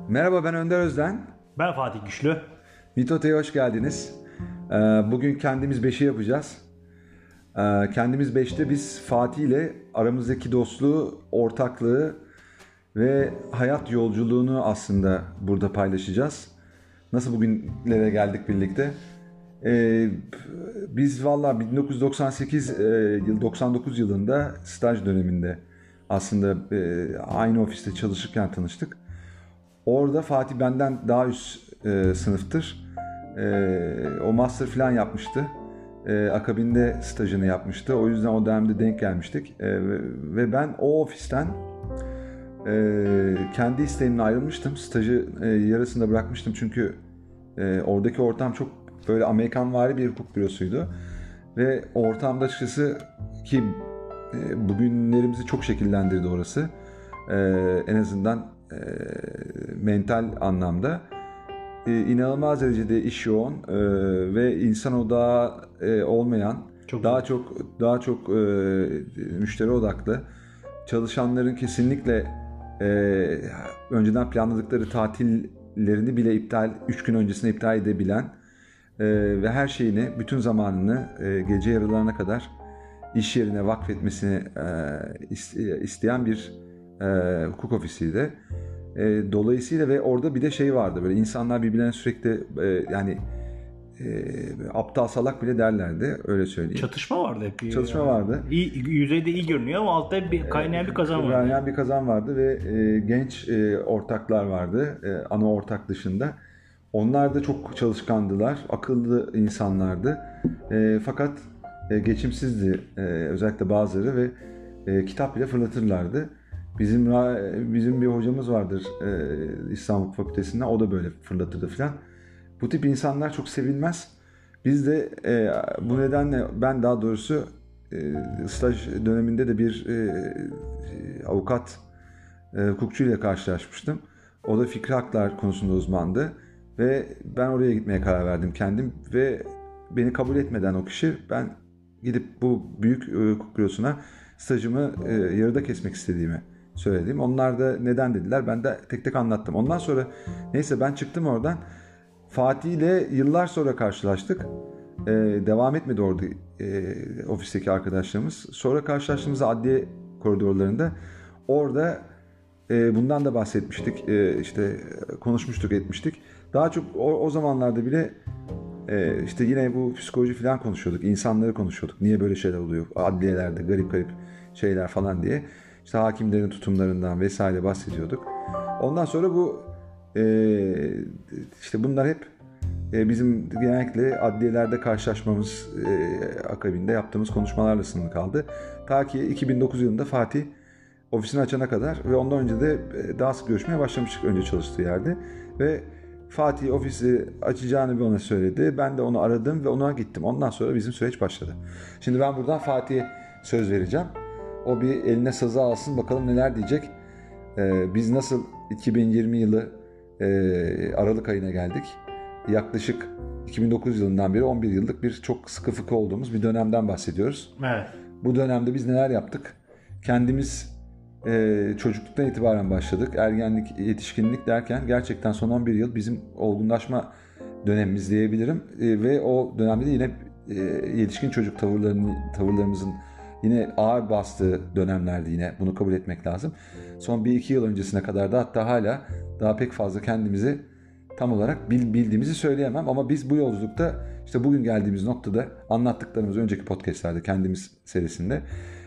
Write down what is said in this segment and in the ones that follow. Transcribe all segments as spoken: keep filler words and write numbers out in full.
Merhaba, ben Önder Özden. Ben Fatih Güçlü. Mitote'ye hoş geldiniz. Bugün kendimiz beşi yapacağız. Kendimiz beşte biz Fatih ile aramızdaki dostluğu, ortaklığı ve hayat yolculuğunu aslında burada paylaşacağız. Nasıl bugünlere geldik birlikte? Biz valla bin dokuz yüz doksan sekiz yıl doksan dokuz yılında staj döneminde aslında aynı ofiste çalışırken tanıştık. Orada Fatih benden daha üst e, sınıftır. E, o master falan yapmıştı. E, akabinde stajını yapmıştı. O yüzden o dönemde denk gelmiştik. E, ve, ve ben o ofisten e, kendi isteğimle ayrılmıştım. Stajı e, yarısında bırakmıştım çünkü e, oradaki ortam çok böyle Amerikanvari bir hukuk bürosuydu. Ve o ortamda açıkçası ki e, bugünlerimizi çok şekillendirdi orası. E, en azından E, mental anlamda e, inanılmaz derecede iş yoğun e, ve insan odağı e, olmayan çok daha iyi. çok daha çok e, müşteri odaklı çalışanların kesinlikle e, önceden planladıkları tatillerini bile iptal üç gün öncesine iptal edebilen e, ve her şeyini bütün zamanını e, gece yarılarına kadar iş yerine vakfetmesini e, isteyen bir e, hukuk ofisiydi. E, dolayısıyla ve orada bir de şey vardı, böyle insanlar birbirlerine sürekli e, yani e, aptal salak bile derlerdi, öyle söyleyeyim. Çatışma vardı hep. Çatışma yani. vardı. İyi, yüzeyde iyi görünüyor ama altta bir kaynayan bir kazan vardı. Kaynayan bir kazan vardı ve e, genç e, ortaklar vardı, e, ana ortak dışında. Onlar da çok çalışkandılar, akıllı insanlardı. E, fakat e, geçimsizdi e, özellikle bazıları ve e, kitap bile fırlatırlardı. Bizim bizim bir hocamız vardır e, İstanbul Fakültesi'nde, o da böyle fırlatırdı falan. Bu tip insanlar çok sevilmez. Biz de e, bu nedenle ben daha doğrusu e, staj döneminde de bir e, avukat e, hukukçuyla karşılaşmıştım. O da fikri haklar konusunda uzmandı ve ben oraya gitmeye karar verdim kendim ve beni kabul etmeden o kişi, ben gidip bu büyük e, hukuk bürosuna stajımı e, yarıda kesmek istediğimi söyledim. Onlar da neden dediler. Ben de tek tek anlattım. Ondan sonra neyse ben çıktım oradan. Fatih ile yıllar sonra karşılaştık. Ee, devam etmedi orada e, ofisteki arkadaşlarımız. Sonra karşılaştığımızda adliye koridorlarında orada e, bundan da bahsetmiştik. E, işte konuşmuştuk, etmiştik. Daha çok o, o zamanlarda bile e, işte yine bu psikoloji falan konuşuyorduk. İnsanları konuşuyorduk. Niye böyle şeyler oluyor? Adliyelerde garip garip şeyler falan diye. İşte hakimlerin tutumlarından vesaire bahsediyorduk. Ondan sonra bu e, işte bunlar hep e, bizim genellikle adliyelerde karşılaşmamız e, akabinde yaptığımız konuşmalarla sınırlı kaldı. Ta ki iki bin dokuz yılında Fatih ofisini açana kadar ve ondan önce de daha sık görüşmeye başlamıştık önce çalıştığı yerde. Ve Fatih ofisi açacağını bir ona söyledi. Ben de onu aradım ve ona gittim. Ondan sonra bizim süreç başladı. Şimdi ben buradan Fatih'e söz vereceğim. O bir eline sazı alsın, bakalım neler diyecek. Ee, biz nasıl iki bin yirmi yılı e, Aralık ayına geldik. Yaklaşık iki bin dokuz yılından beri on bir yıllık bir çok sıkı fıkı olduğumuz bir dönemden bahsediyoruz. Evet. Bu dönemde biz neler yaptık? Kendimiz e, çocukluktan itibaren başladık. Ergenlik, yetişkinlik derken gerçekten son on bir yıl bizim olgunlaşma dönemimiz diyebilirim. E, ve o dönemde de yine e, yetişkin çocuk tavırlarının, tavırlarımızın yine ağır bastığı dönemlerdi, yine bunu kabul etmek lazım. Son bir iki yıl öncesine kadar da hatta hala daha pek fazla kendimizi tam olarak bildiğimizi söyleyemem. Ama biz bu yolculukta işte bugün geldiğimiz noktada anlattıklarımız önceki podcastlerde kendimiz serisinde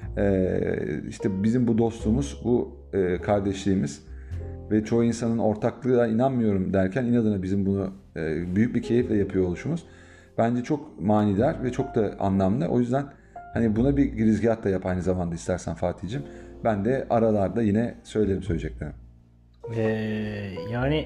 işte bizim bu dostluğumuz, bu kardeşliğimiz ve çoğu insanın ortaklığına inanmıyorum derken inadına bizim bunu büyük bir keyifle yapıyor oluşumuz bence çok manidar ve çok da anlamlı. O yüzden hani buna bir girizgah da yap aynı zamanda istersen Fatih'cim. Ben de aralarda yine söylerim söyleyeceklerimi. Ee, yani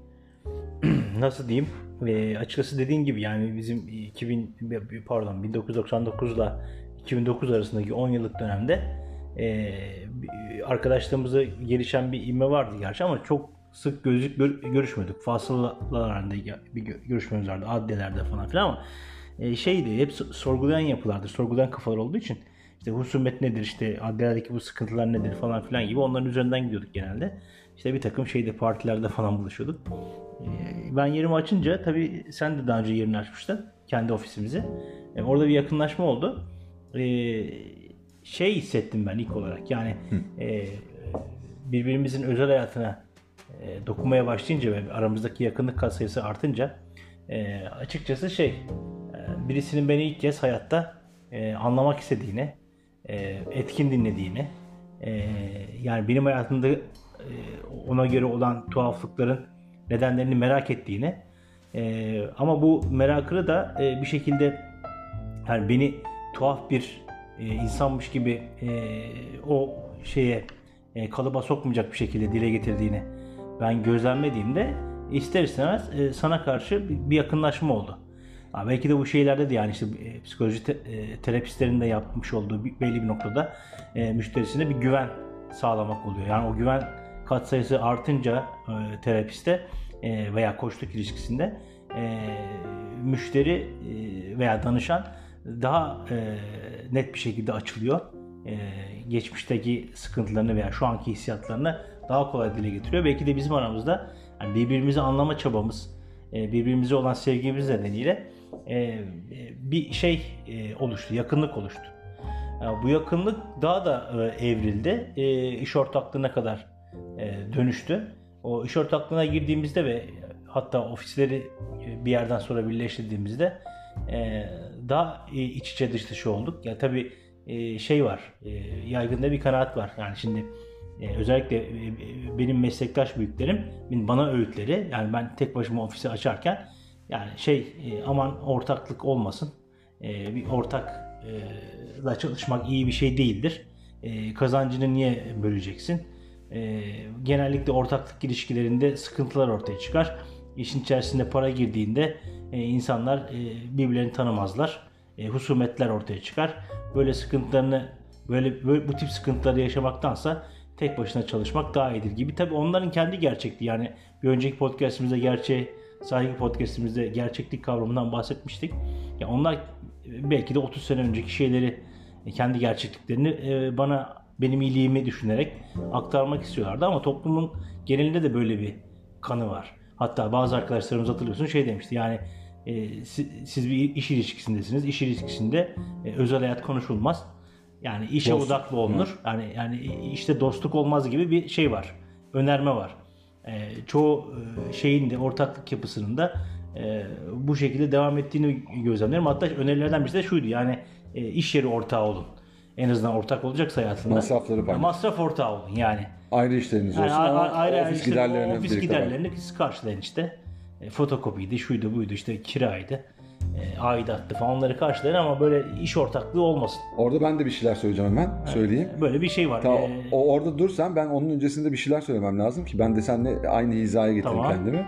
nasıl diyeyim? Ee, açıkçası dediğin gibi yani bizim iki bin pardon bin dokuz yüz doksan dokuzla iki bin dokuz arasındaki on yıllık dönemde e, arkadaşlığımızda gelişen bir ivme vardı gerçi ama çok sık gözlük görüşmüyorduk. Fasılalar halinde bir görüşmemiz vardı adliyelerde falan filan ama e, şeydi, hep sorgulayan yapılardı, sorgulayan kafalar olduğu için işte husumet nedir, işte adliyelerdeki bu sıkıntılar nedir falan filan gibi onların üzerinden gidiyorduk genelde. işte bir takım şeyde partilerde falan buluşuyorduk. E, ben yerimi açınca tabii sen de daha önce yerini açmıştın. Kendi ofisimizi. E, orada bir yakınlaşma oldu. E, şey hissettim ben ilk olarak. Yani e, birbirimizin özel hayatına e, dokunmaya başlayınca ve aramızdaki yakınlık kat sayısı artınca e, açıkçası şey e, birisinin beni ilk kez hayatta e, anlamak istediğini, e, etkin dinlediğini, e, yani benim hayatımda e, ona göre olan tuhaflıkların nedenlerini merak ettiğini, e, ama bu merakını da e, bir şekilde yani beni tuhaf bir e, insanmış gibi e, o şeye e, kalıba sokmayacak bir şekilde dile getirdiğini ben gözlemlediğimde ister istemez e, sana karşı bir, bir yakınlaşma oldu. Ha, belki de bu şeylerde de yani işte e, psikoloji te, e, terapistlerin de yapmış olduğu bir, belli bir noktada e, müşterisine bir güven sağlamak oluyor. Yani o güven katsayısı artınca e, terapiste e, veya koçluk ilişkisinde e, müşteri e, veya danışan daha e, net bir şekilde açılıyor. E, geçmişteki sıkıntılarını veya şu anki hissiyatlarını daha kolay dile getiriyor. Belki de bizim aramızda yani birbirimizi anlama çabamız, e, birbirimize olan sevgimiz nedeniyle e, bir şey e, oluştu, yakınlık oluştu. Yani bu yakınlık daha da e, evrildi. E, iş ortaklığına kadar e, dönüştü. O iş ortaklığına girdiğimizde ve hatta ofisleri bir yerden sonra birleştirdiğimizde e, daha iç içe dış dışı olduk. Ya tabii e, şey var, e, yaygında bir kanaat var. Yani şimdi e, özellikle e, benim meslektaş büyüklerimin bana öğütleri, yani ben tek başıma ofisi açarken yani şey e, aman ortaklık olmasın, e, bir ortakla e, çalışmak iyi bir şey değildir. E, kazancını niye böleceksin? E, genellikle ortaklık ilişkilerinde sıkıntılar ortaya çıkar. İşin içerisinde para girdiğinde e, insanlar e, birbirlerini tanımazlar. E, husumetler ortaya çıkar. Böyle sıkıntılarını böyle, böyle bu tip sıkıntıları yaşamaktansa tek başına çalışmak daha iyidir gibi. Tabii onların kendi gerçekliği, yani bir önceki podcastimizde gerçeğe saygı podcastimizde gerçeklik kavramından bahsetmiştik. Ya onlar belki de otuz sene önceki şeyleri, kendi gerçekliklerini e, bana benim iyiliğimi düşünerek aktarmak istiyorlardı ama toplumun genelinde de böyle bir kanı var. Hatta bazı arkadaşlarımız hatırlıyorsun şey demişti yani e, siz, siz bir iş ilişkisindesiniz. İş ilişkisinde e, özel hayat konuşulmaz. Yani işe Dost. odaklı olunur. Hı. Yani yani işte dostluk olmaz gibi bir şey var. Önerme var. E, çoğu e, şeyin de ortaklık yapısının da e, bu şekilde devam ettiğini gözlemlerim. Hatta önerilerden birisi de şuydu. Yani e, iş yeri ortağı olun. En azından ortak olacaksa hayatında. Masrafları paylaşın. Masraf ortağı olun yani. Ayrı işleriniz olsun yani ama ayrı, ofis işte, giderlerini ofis birlikte giderlerini siz karşılayın işte. E, fotokopiydi, şuydu buydu, işte kiraydı, e, aidattı falan, onları karşılayın ama böyle iş ortaklığı olmasın. Orada ben de bir şeyler söyleyeceğim hemen. Evet, söyleyeyim. Böyle bir şey var. Tamam, ee... o orada dursan ben onun öncesinde bir şeyler söylemem lazım ki ben de seninle aynı hizaya getireyim tamam. kendimi.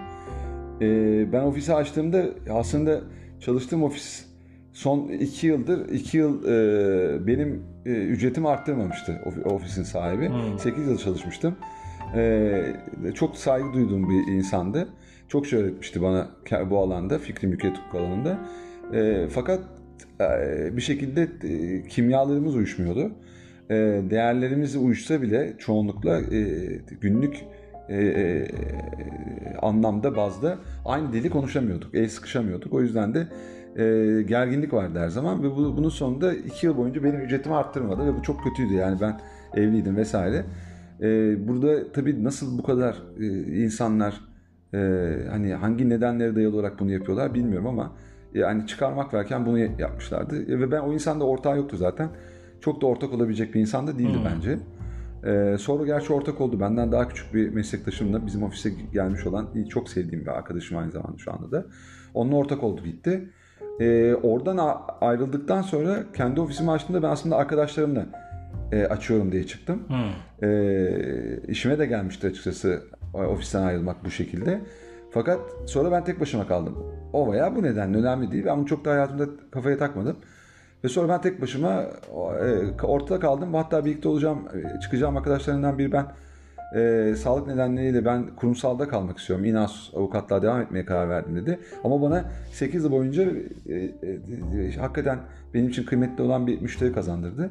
Ee, ben ofisi açtığımda aslında çalıştığım ofis son iki yıldır iki yıl e, benim e, ücretimi arttırmamıştı ofisin sahibi. Hmm. sekiz yıl çalışmıştım. E, çok saygı duyduğum bir insandı. Çok şey öğretmişti bana bu alanda, fikri mülkiyet hukuku alanında. E, fakat e, bir şekilde e, kimyalarımız uyuşmuyordu. E, değerlerimiz uyuşsa bile çoğunlukla e, günlük e, e, anlamda bazda aynı dili konuşamıyorduk, el sıkışamıyorduk. O yüzden de e, gerginlik vardı her zaman ve bu, bunun sonunda iki yıl boyunca benim ücretimi arttırmadı ve bu çok kötüydü. Yani ben evliydim vesaire. E, burada tabii nasıl bu kadar e, insanlar e, hani hangi nedenlere dayalı olarak bunu yapıyorlar bilmiyorum ama yani çıkarmak varken bunu yapmışlardı e, ve ben o insanda ortağı yoktu zaten. Çok da ortak olabilecek bir insan da değildi hmm. bence. Ee, sonra gerçi ortak oldu. Benden daha küçük bir meslektaşımla bizim ofise gelmiş olan çok sevdiğim bir arkadaşım aynı zamanda şu anda da. Onunla ortak oldu gitti. Ee, oradan ayrıldıktan sonra kendi ofisimi açtığımda ben aslında arkadaşlarımla e, açıyorum diye çıktım. Hmm. Ee, işime de gelmişti açıkçası ofisten ayrılmak bu şekilde. Fakat sonra ben tek başıma kaldım. O veya bu nedenle önemli değil. Ben bunu çok da hayatımda kafaya takmadım. Ve sonra ben tek başıma e, ortada kaldım. Hatta birlikte olacağım, çıkacağım arkadaşlarımdan biri ben e, sağlık nedenleriyle ben kurumsalda kalmak istiyorum. İNAS avukatlığa devam etmeye karar verdim dedi. Ama bana sekiz yıl boyunca e, e, e, hakikaten benim için kıymetli olan bir müşteri kazandırdı.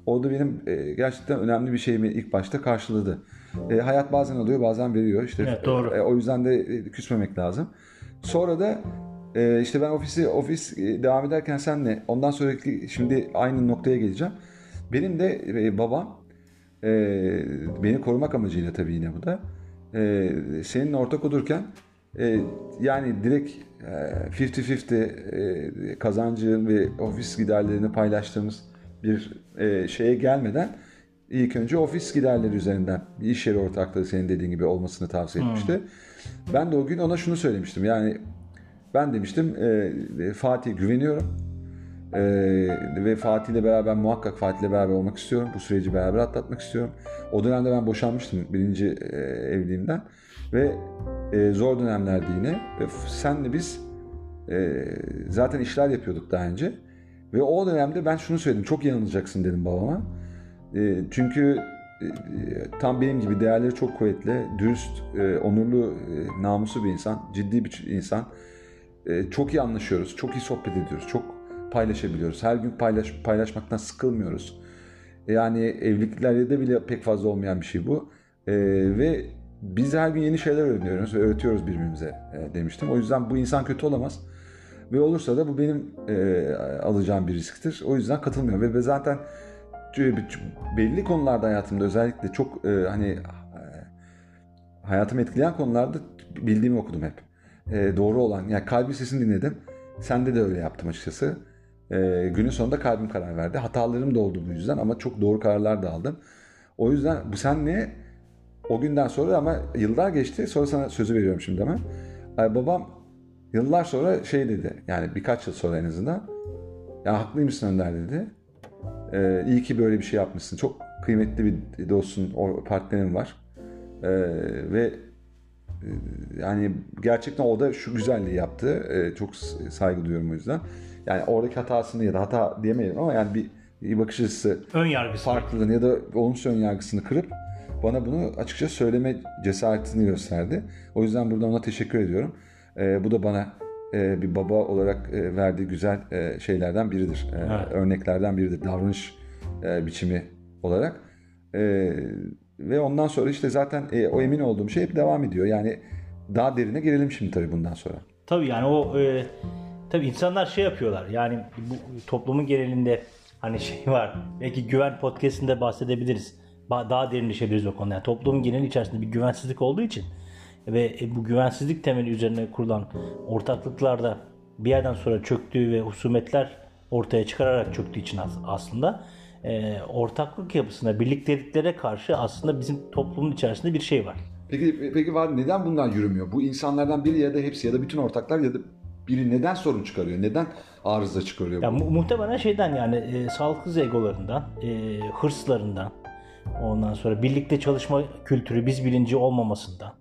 O da benim e, gerçekten önemli bir şeyimi ilk başta karşıladı. E, hayat bazen alıyor, bazen veriyor. İşte Evet, doğru. e, o yüzden de e, küsmemek lazım. Sonra da e, işte ben ofisi ofis e, devam ederken senle ondan sonraki şimdi aynı noktaya geleceğim. Benim de e, babam e, beni korumak amacıyla tabii yine bu da e, seninle ortak olurken e, yani direkt e, elli elli e, kazancı ve ofis giderlerini paylaştığımız bir e, şeye gelmeden ilk önce ofis giderleri üzerinden bir iş yeri ortaklığı senin dediğin gibi olmasını tavsiye etmişti. Hmm. Ben de o gün ona şunu söylemiştim. Yani ben demiştim e, Fatih'e güveniyorum. E, ve Fatih'le beraber muhakkak Fatih'le beraber olmak istiyorum. Bu süreci beraber atlatmak istiyorum. O dönemde ben boşanmıştım birinci e, evliliğimden. Ve e, zor dönemlerdi yine. Ve senle biz e, zaten işler yapıyorduk daha önce. Ve o dönemde ben şunu söyledim. Çok yanılacaksın dedim babama. E, çünkü e, tam benim gibi değerleri çok kuvvetli, dürüst, e, onurlu, e, namuslu bir insan, ciddi bir insan. E, çok iyi anlaşıyoruz, çok iyi sohbet ediyoruz, çok paylaşabiliyoruz. Her gün paylaş, paylaşmaktan sıkılmıyoruz. Yani evliliklerde bile pek fazla olmayan bir şey bu. E, ve biz her gün yeni şeyler öğreniyoruz ve öğretiyoruz birbirimize e, demiştim. O yüzden bu insan kötü olamaz. Ve olursa da bu benim e, alacağım bir risktir. O yüzden katılmıyorum. Ve zaten belli konularda hayatımda özellikle çok e, hani e, hayatımı etkileyen konularda bildiğimi okudum hep. E, doğru olan, yani kalbin sesini dinledim. Sende de öyle yaptım açıkçası. E, günün sonunda kalbim karar verdi. Hatalarım da oldu bu yüzden ama çok doğru kararlar da aldım. O yüzden bu senle o günden sonra ama yıllar geçti. Sonra sana sözü veriyorum şimdi hemen. E, babam yıllar sonra şey dedi. Yani birkaç yıl sonra en azından. Ya haklıymışsın Önder dedi. Ee, iyi ki böyle bir şey yapmışsın. Çok kıymetli bir dostun, o partnerin var. Ee, ve e, yani gerçekten o da şu güzelliği yaptı. Ee, çok saygı duyuyorum o yüzden. Yani oradaki hatasını ya da hata diyemeyelim ama yani bir, bir bakış açısı ön yargısı farklılığını ya da olumsuz ön yargısını kırıp bana bunu açıkça söyleme cesaretini gösterdi. O yüzden buradan ona teşekkür ediyorum. Ee, bu da bana e, bir baba olarak e, verdiği güzel e, şeylerden biridir. E, evet. Örneklerden biridir. Davranış e, biçimi olarak. E, ve ondan sonra işte zaten e, o emin olduğum şey hep devam ediyor. Yani daha derine girelim şimdi tabii bundan sonra. Tabii yani o e, tabii insanlar şey yapıyorlar. Yani bu toplumun genelinde hani şey var. Belki güven podcast'inde bahsedebiliriz. Daha derinleşebiliriz o konuda. Yani toplumun geneli içerisinde bir güvensizlik olduğu için ve bu güvensizlik temeli üzerine kurulan ortaklıklarda bir yerden sonra çöktüğü ve husumetler ortaya çıkararak çöktüğü için aslında e, ortaklık yapısına, birlikteliklere karşı aslında bizim toplumun içerisinde bir şey var. Peki peki var neden bunlar yürümüyor? Bu insanlardan biri ya da hepsi ya da bütün ortaklar ya da biri neden sorun çıkarıyor? Neden arıza çıkarıyor? Ya, mu- muhtemelen şeyden yani e, sağlıksız egolarından, e, hırslarından, ondan sonra birlikte çalışma kültürü, biz bilinci olmamasından,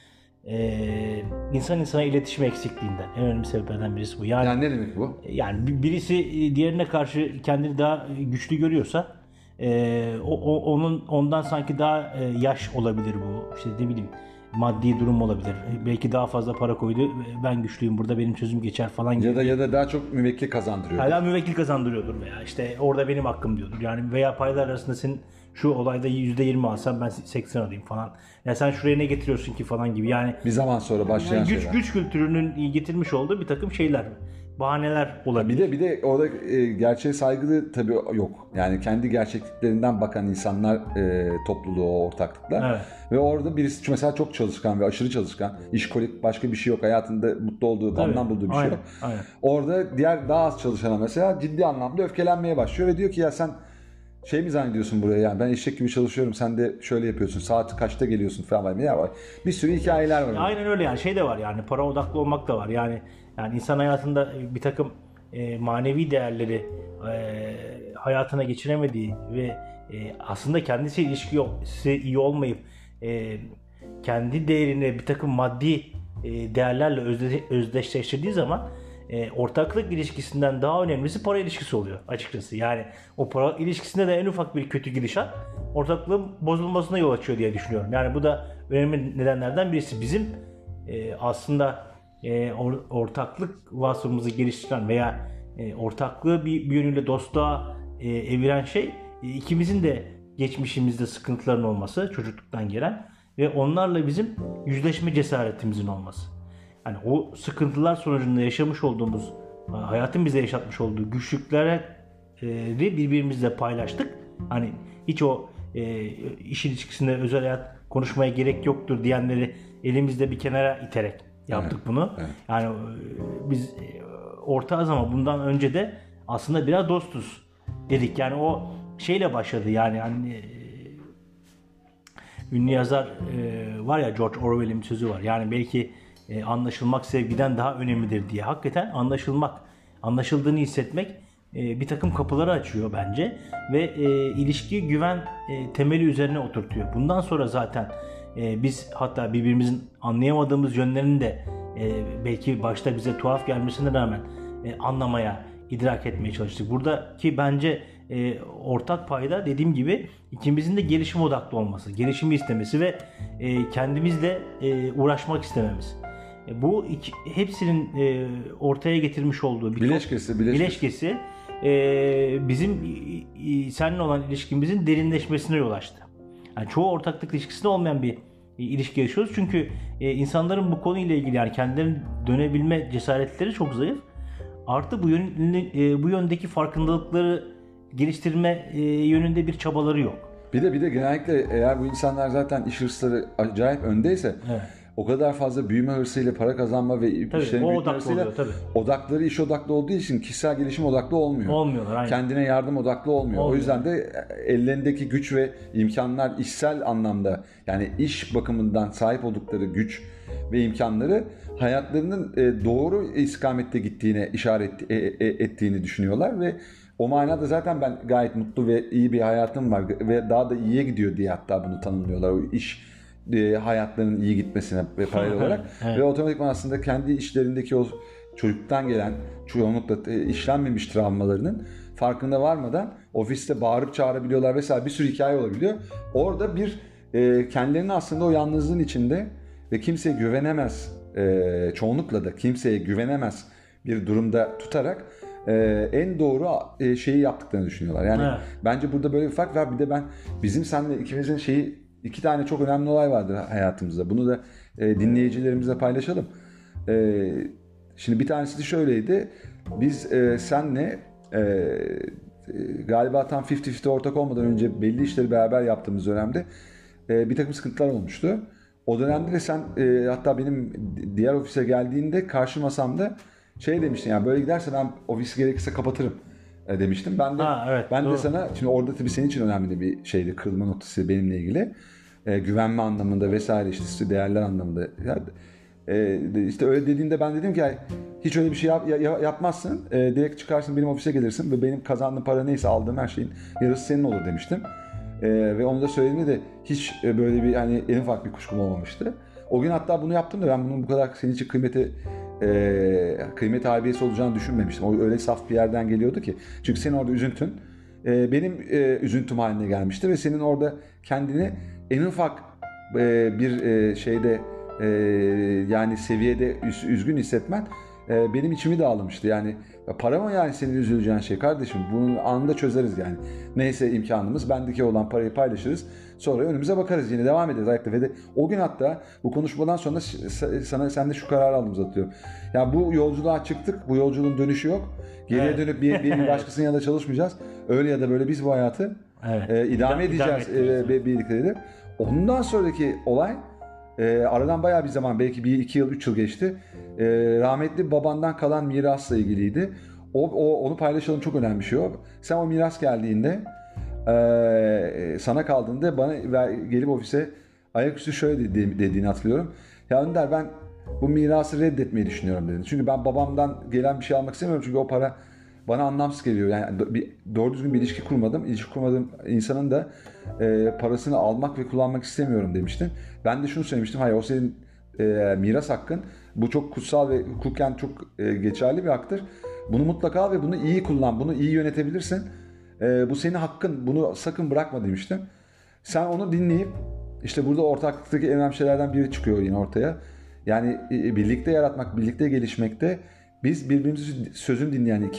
Ee, insan insana iletişim eksikliğinden en önemli sebeplerden birisi bu. Yani, yani ne demek bu? Yani birisi diğerine karşı kendini daha güçlü görüyorsa e, o, o onun ondan sanki daha e, yaş olabilir bu. İşte ne bileyim maddi durum olabilir. Belki daha fazla para koydu. Ben güçlüyüm burada benim sözüm geçer falan gibi. Ya da ya da daha çok müvekkil kazandırıyor. Hala müvekkil kazandırıyordur veya işte orada benim hakkım diyordur. Yani veya paylar arasında senin şu olayda yüzde yirmi alsam ben seksen alayım falan. Ya sen şuraya ne getiriyorsun ki falan gibi. Yani bir zaman sonra başlayan yani güç, şeyler. Güç kültürünün getirmiş olduğu bir takım şeyler, bahaneler olabilir. Bir de bir de orada e, gerçeğe saygı tabii yok. Yani kendi gerçekliklerinden bakan insanlar e, topluluğu, o ortaklıklar. Evet. Ve orada birisi mesela çok çalışkan ve aşırı çalışkan, işkolik, başka bir şey yok. Hayatında mutlu olduğu, anlam bulduğu bir aynen, şey yok. Aynen. Orada diğer daha az çalışana mesela ciddi anlamda öfkelenmeye başlıyor ve diyor ki ya sen şey mi zannediyorsun buraya, yani ben eşek gibi çalışıyorum, sen de şöyle yapıyorsun, saat kaçta geliyorsun falan. Ya var. Bir sürü hikayeler var. Aynen öyle yani şey de var yani para odaklı olmak da var. Yani yani insan hayatında bir takım e, manevi değerleri e, hayatına geçiremediği ve e, aslında kendisi ilişkisi iyi olmayıp e, kendi değerini bir takım maddi e, değerlerle özde, özdeşleştirdiği zaman E, ortaklık ilişkisinden daha önemlisi para ilişkisi oluyor açıkçası. Yani o para ilişkisinde de en ufak bir kötü gidişat ortaklığın bozulmasına yol açıyor diye düşünüyorum. Yani bu da önemli nedenlerden birisi. Bizim e, aslında e, or, ortaklık vasfımızı geliştiren veya e, ortaklığı bir, bir yönüyle dostluğa e, eviren şey ikimizin de geçmişimizde sıkıntıların olması, çocukluktan gelen ve onlarla bizim yüzleşme cesaretimizin olması. Yani o sıkıntılar sonucunda yaşamış olduğumuz, hayatın bize yaşatmış olduğu güçlükleri birbirimizle paylaştık. Hani hiç o e, iş ilişkisinde özel hayat konuşmaya gerek yoktur diyenleri elimizde bir kenara iterek yaptık Evet, bunu. evet. Yani e, biz e, ortağız ama bundan önce de aslında biraz dostuz dedik. Yani o şeyle başladı yani hani e, ünlü yazar e, var ya, George Orwell'in bir sözü var. Yani belki e, anlaşılmak sevgiden daha önemlidir diye. Hakikaten anlaşılmak, anlaşıldığını hissetmek e, bir takım kapıları açıyor bence ve e, ilişki güven e, temeli üzerine oturtuyor. Bundan sonra zaten e, biz hatta birbirimizin anlayamadığımız yönlerini de e, belki başta bize tuhaf gelmesine rağmen e, anlamaya, idrak etmeye çalıştık. Buradaki bence e, ortak payda dediğim gibi ikimizin de gelişim odaklı olması, gelişimi istemesi ve e, kendimizle e, uğraşmak istememiz. E, bu iki, hepsinin e, ortaya getirmiş olduğu bir Bileşkesi, bileşkesi. bileşkesi e, bizim e, seninle olan ilişkimizin derinleşmesine yol açtı. Yani çoğu ortaklık ilişkisinde olmayan bir e, ilişki yaşıyoruz. Çünkü e, insanların bu konuyla ilgili yani kendilerine dönebilme cesaretleri çok zayıf. Artı bu, yön, e, bu yöndeki farkındalıkları geliştirme e, yönünde bir çabaları yok. Bir de bir de genellikle eğer bu insanlar zaten iş hırsları acayip öndeyse Evet. o kadar fazla büyüme hırsıyla, para kazanma ve Tabii, işlerin o büyütme odaklı hırsıyla oluyor, tabii. odakları iş odaklı olduğu için kişisel gelişim odaklı olmuyor. Olmuyorlar, aynen. Kendine yardım odaklı olmuyor. Olmuyor. O yüzden de ellerindeki güç ve imkanlar işsel anlamda yani iş bakımından sahip oldukları güç ve imkanları hayatlarının e, doğru istikamette gittiğine işaret e, e, ettiğini düşünüyorlar ve o manada zaten ben gayet mutlu ve iyi bir hayatım var ve daha da iyiye gidiyor diye hatta bunu tanımlıyorlar. O iş e, hayatlarının iyi gitmesine ve paralel olarak Evet. ve otomatikman aslında kendi işlerindeki o çocukluktan gelen çoğunlukla e, işlenmemiş travmalarının farkında varmadan ofiste bağırıp çağırabiliyorlar vesaire bir sürü hikaye olabiliyor. Orada bir e, kendilerini aslında o yalnızlığın içinde ve kimseye güvenemez e, çoğunlukla da kimseye güvenemez bir durumda tutarak e, en doğru e, şeyi yaptıklarını düşünüyorlar. Yani Evet. bence burada böyle bir fark var. Bir de ben bizim seninle ikimizin şeyi iki tane çok önemli olay vardır hayatımızda. Bunu da e, dinleyicilerimizle paylaşalım. E, şimdi bir tanesi de şöyleydi. Biz e, senle e, e, galiba tam elli elli ortak olmadan önce belli işleri beraber yaptığımız dönemde e, bir takım sıkıntılar olmuştu. O dönemde de sen e, hatta benim diğer ofise geldiğinde karşı masamda şey demiştin yani böyle giderse ben ofisi gerekirse kapatırım e, demiştim. Ben de Ha, evet, ben doğru. de sana şimdi orada tabii senin için önemli bir şeydi kırılma noktası benimle ilgili. E, güvenme anlamında vesaire işte değerler anlamında. Yani, e, işte öyle dediğinde ben dedim ki hiç öyle bir şey yap, ya, yapmazsın. E, direkt çıkarsın benim ofise gelirsin ve benim kazandığım para neyse aldığım her şeyin yarısı senin olur demiştim. Ee, ve onu da söylediğimde de hiç e, böyle bir hani en ufak bir kuşkum olmamıştı. O gün hatta bunu yaptım da ben bunun bu kadar senin için kıymeti e, kıymet harbiyesi olacağını düşünmemiştim. O öyle saf bir yerden geliyordu ki. Çünkü senin orada üzüntün e, benim e, üzüntüm haline gelmişti ve senin orada kendini en ufak e, bir e, şeyde e, yani seviyede üz- üzgün hissetmen e, benim içimi dağlamıştı. Yani para mı yani senin üzüleceğin şey kardeşim? Bunu anında çözeriz yani. Neyse imkanımız bendeki olan parayı paylaşırız. Sonra önümüze bakarız yine devam ederiz ayakta. Ve de o gün hatta bu konuşmadan sonra sana sen de şu kararı aldım zatıyorum. Ya bu yolculuğa çıktık. Bu yolculuğun dönüşü yok. Geriye Evet. dönüp bir, bir başkasının yanında çalışmayacağız. Öyle ya da böyle biz bu hayatı Evet. e, idame İdam- idame edeceğiz ettireceğiz, e, birlikte dedi. Ondan sonraki olay e, aradan bayağı bir zaman belki bir iki yıl üç yıl geçti. E, rahmetli babandan kalan mirasla ilgiliydi. O, o onu paylaşalım çok önemli bir şey o. Sen o miras geldiğinde e, sana kaldığında bana ver, gelip ofise ayaküstü şöyle dedi, dediğini hatırlıyorum. Ya Önder ben bu mirası reddetmeyi düşünüyorum dedin. Çünkü ben babamdan gelen bir şey almak istemiyorum çünkü o para bana anlamsız geliyor. Yani bir, doğru düzgün bir ilişki kurmadım. İlişki kurmadığım insanın da e, parasını almak ve kullanmak istemiyorum demiştin. Ben de şunu söylemiştim. Hayır o senin e, miras hakkın. Bu çok kutsal ve hukuken çok e, geçerli bir haktır. Bunu mutlaka al ve bunu iyi kullan. Bunu iyi yönetebilirsin. E, bu senin hakkın. Bunu sakın bırakma demiştim. Sen onu dinleyip işte burada ortaklıktaki en önemli şeylerden biri çıkıyor yine ortaya. Yani e, birlikte yaratmak, birlikte gelişmekte biz birbirimizi sözün dinleyen iki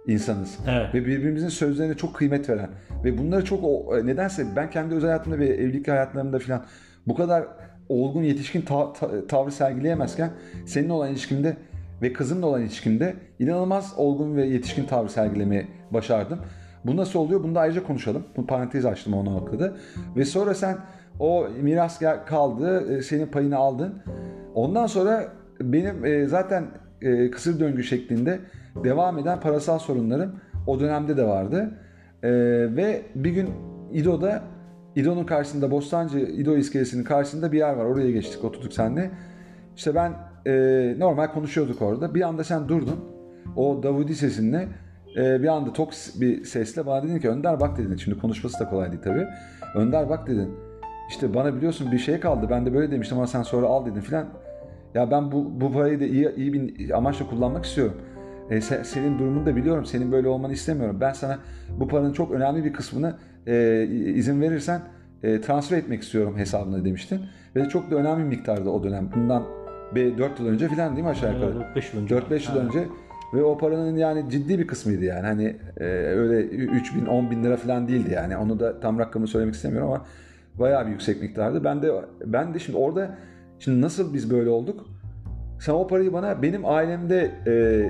insanız. Evet. Ve birbirimizin sözlerine çok kıymet veren ve bunları çok nedense ben kendi özel hayatımda ve evlilik hayatlarımda falan bu kadar olgun yetişkin ta- ta- tavrı sergileyemezken seninle olan ilişkimde ve kızımla olan ilişkimde inanılmaz olgun ve yetişkin tavrı sergilemeyi başardım. Bu nasıl oluyor? Bunu da ayrıca konuşalım. Bu parantezi açtım o noktada. Ve sonra sen o miras kaldı, senin payını aldın. Ondan sonra benim zaten kısır döngü şeklinde devam eden parasal sorunlarım o dönemde de vardı. Ve bir gün İdo'da, İdo'nun karşısında, Bostancı İdo iskelesinin karşısında bir yer var. Oraya geçtik, oturduk seninle. İşte ben normal konuşuyorduk orada. Bir anda sen durdun. O Davudi sesinle bir anda tok bir sesle bana dedin ki Önder bak dedin. Şimdi konuşması da kolay değil tabii. Önder bak dedin. İşte bana biliyorsun bir şey kaldı. Ben de böyle demiştim ama sen sonra al dedin filan. Ya ben bu bu parayı da iyi iyi bir amaçla kullanmak istiyorum. E, sen, senin durumunu da biliyorum. Senin böyle olmanı istemiyorum. Ben sana bu paranın çok önemli bir kısmını e, izin verirsen e, transfer etmek istiyorum hesabına demiştin. Ve çok da önemli bir miktarda o dönem. Bundan dört yıl önce filan değil mi aşağı yukarı? dört beş yıl önce. dört beş yıl önce. Ve o paranın yani ciddi bir kısmıydı yani. Hani e, öyle üç bin on bin lira falan değildi yani. Onu da tam rakamını söylemek istemiyorum ama bayağı bir yüksek miktardı. Ben de ben de şimdi orada şimdi nasıl biz böyle olduk? Sen o parayı bana benim ailemde e,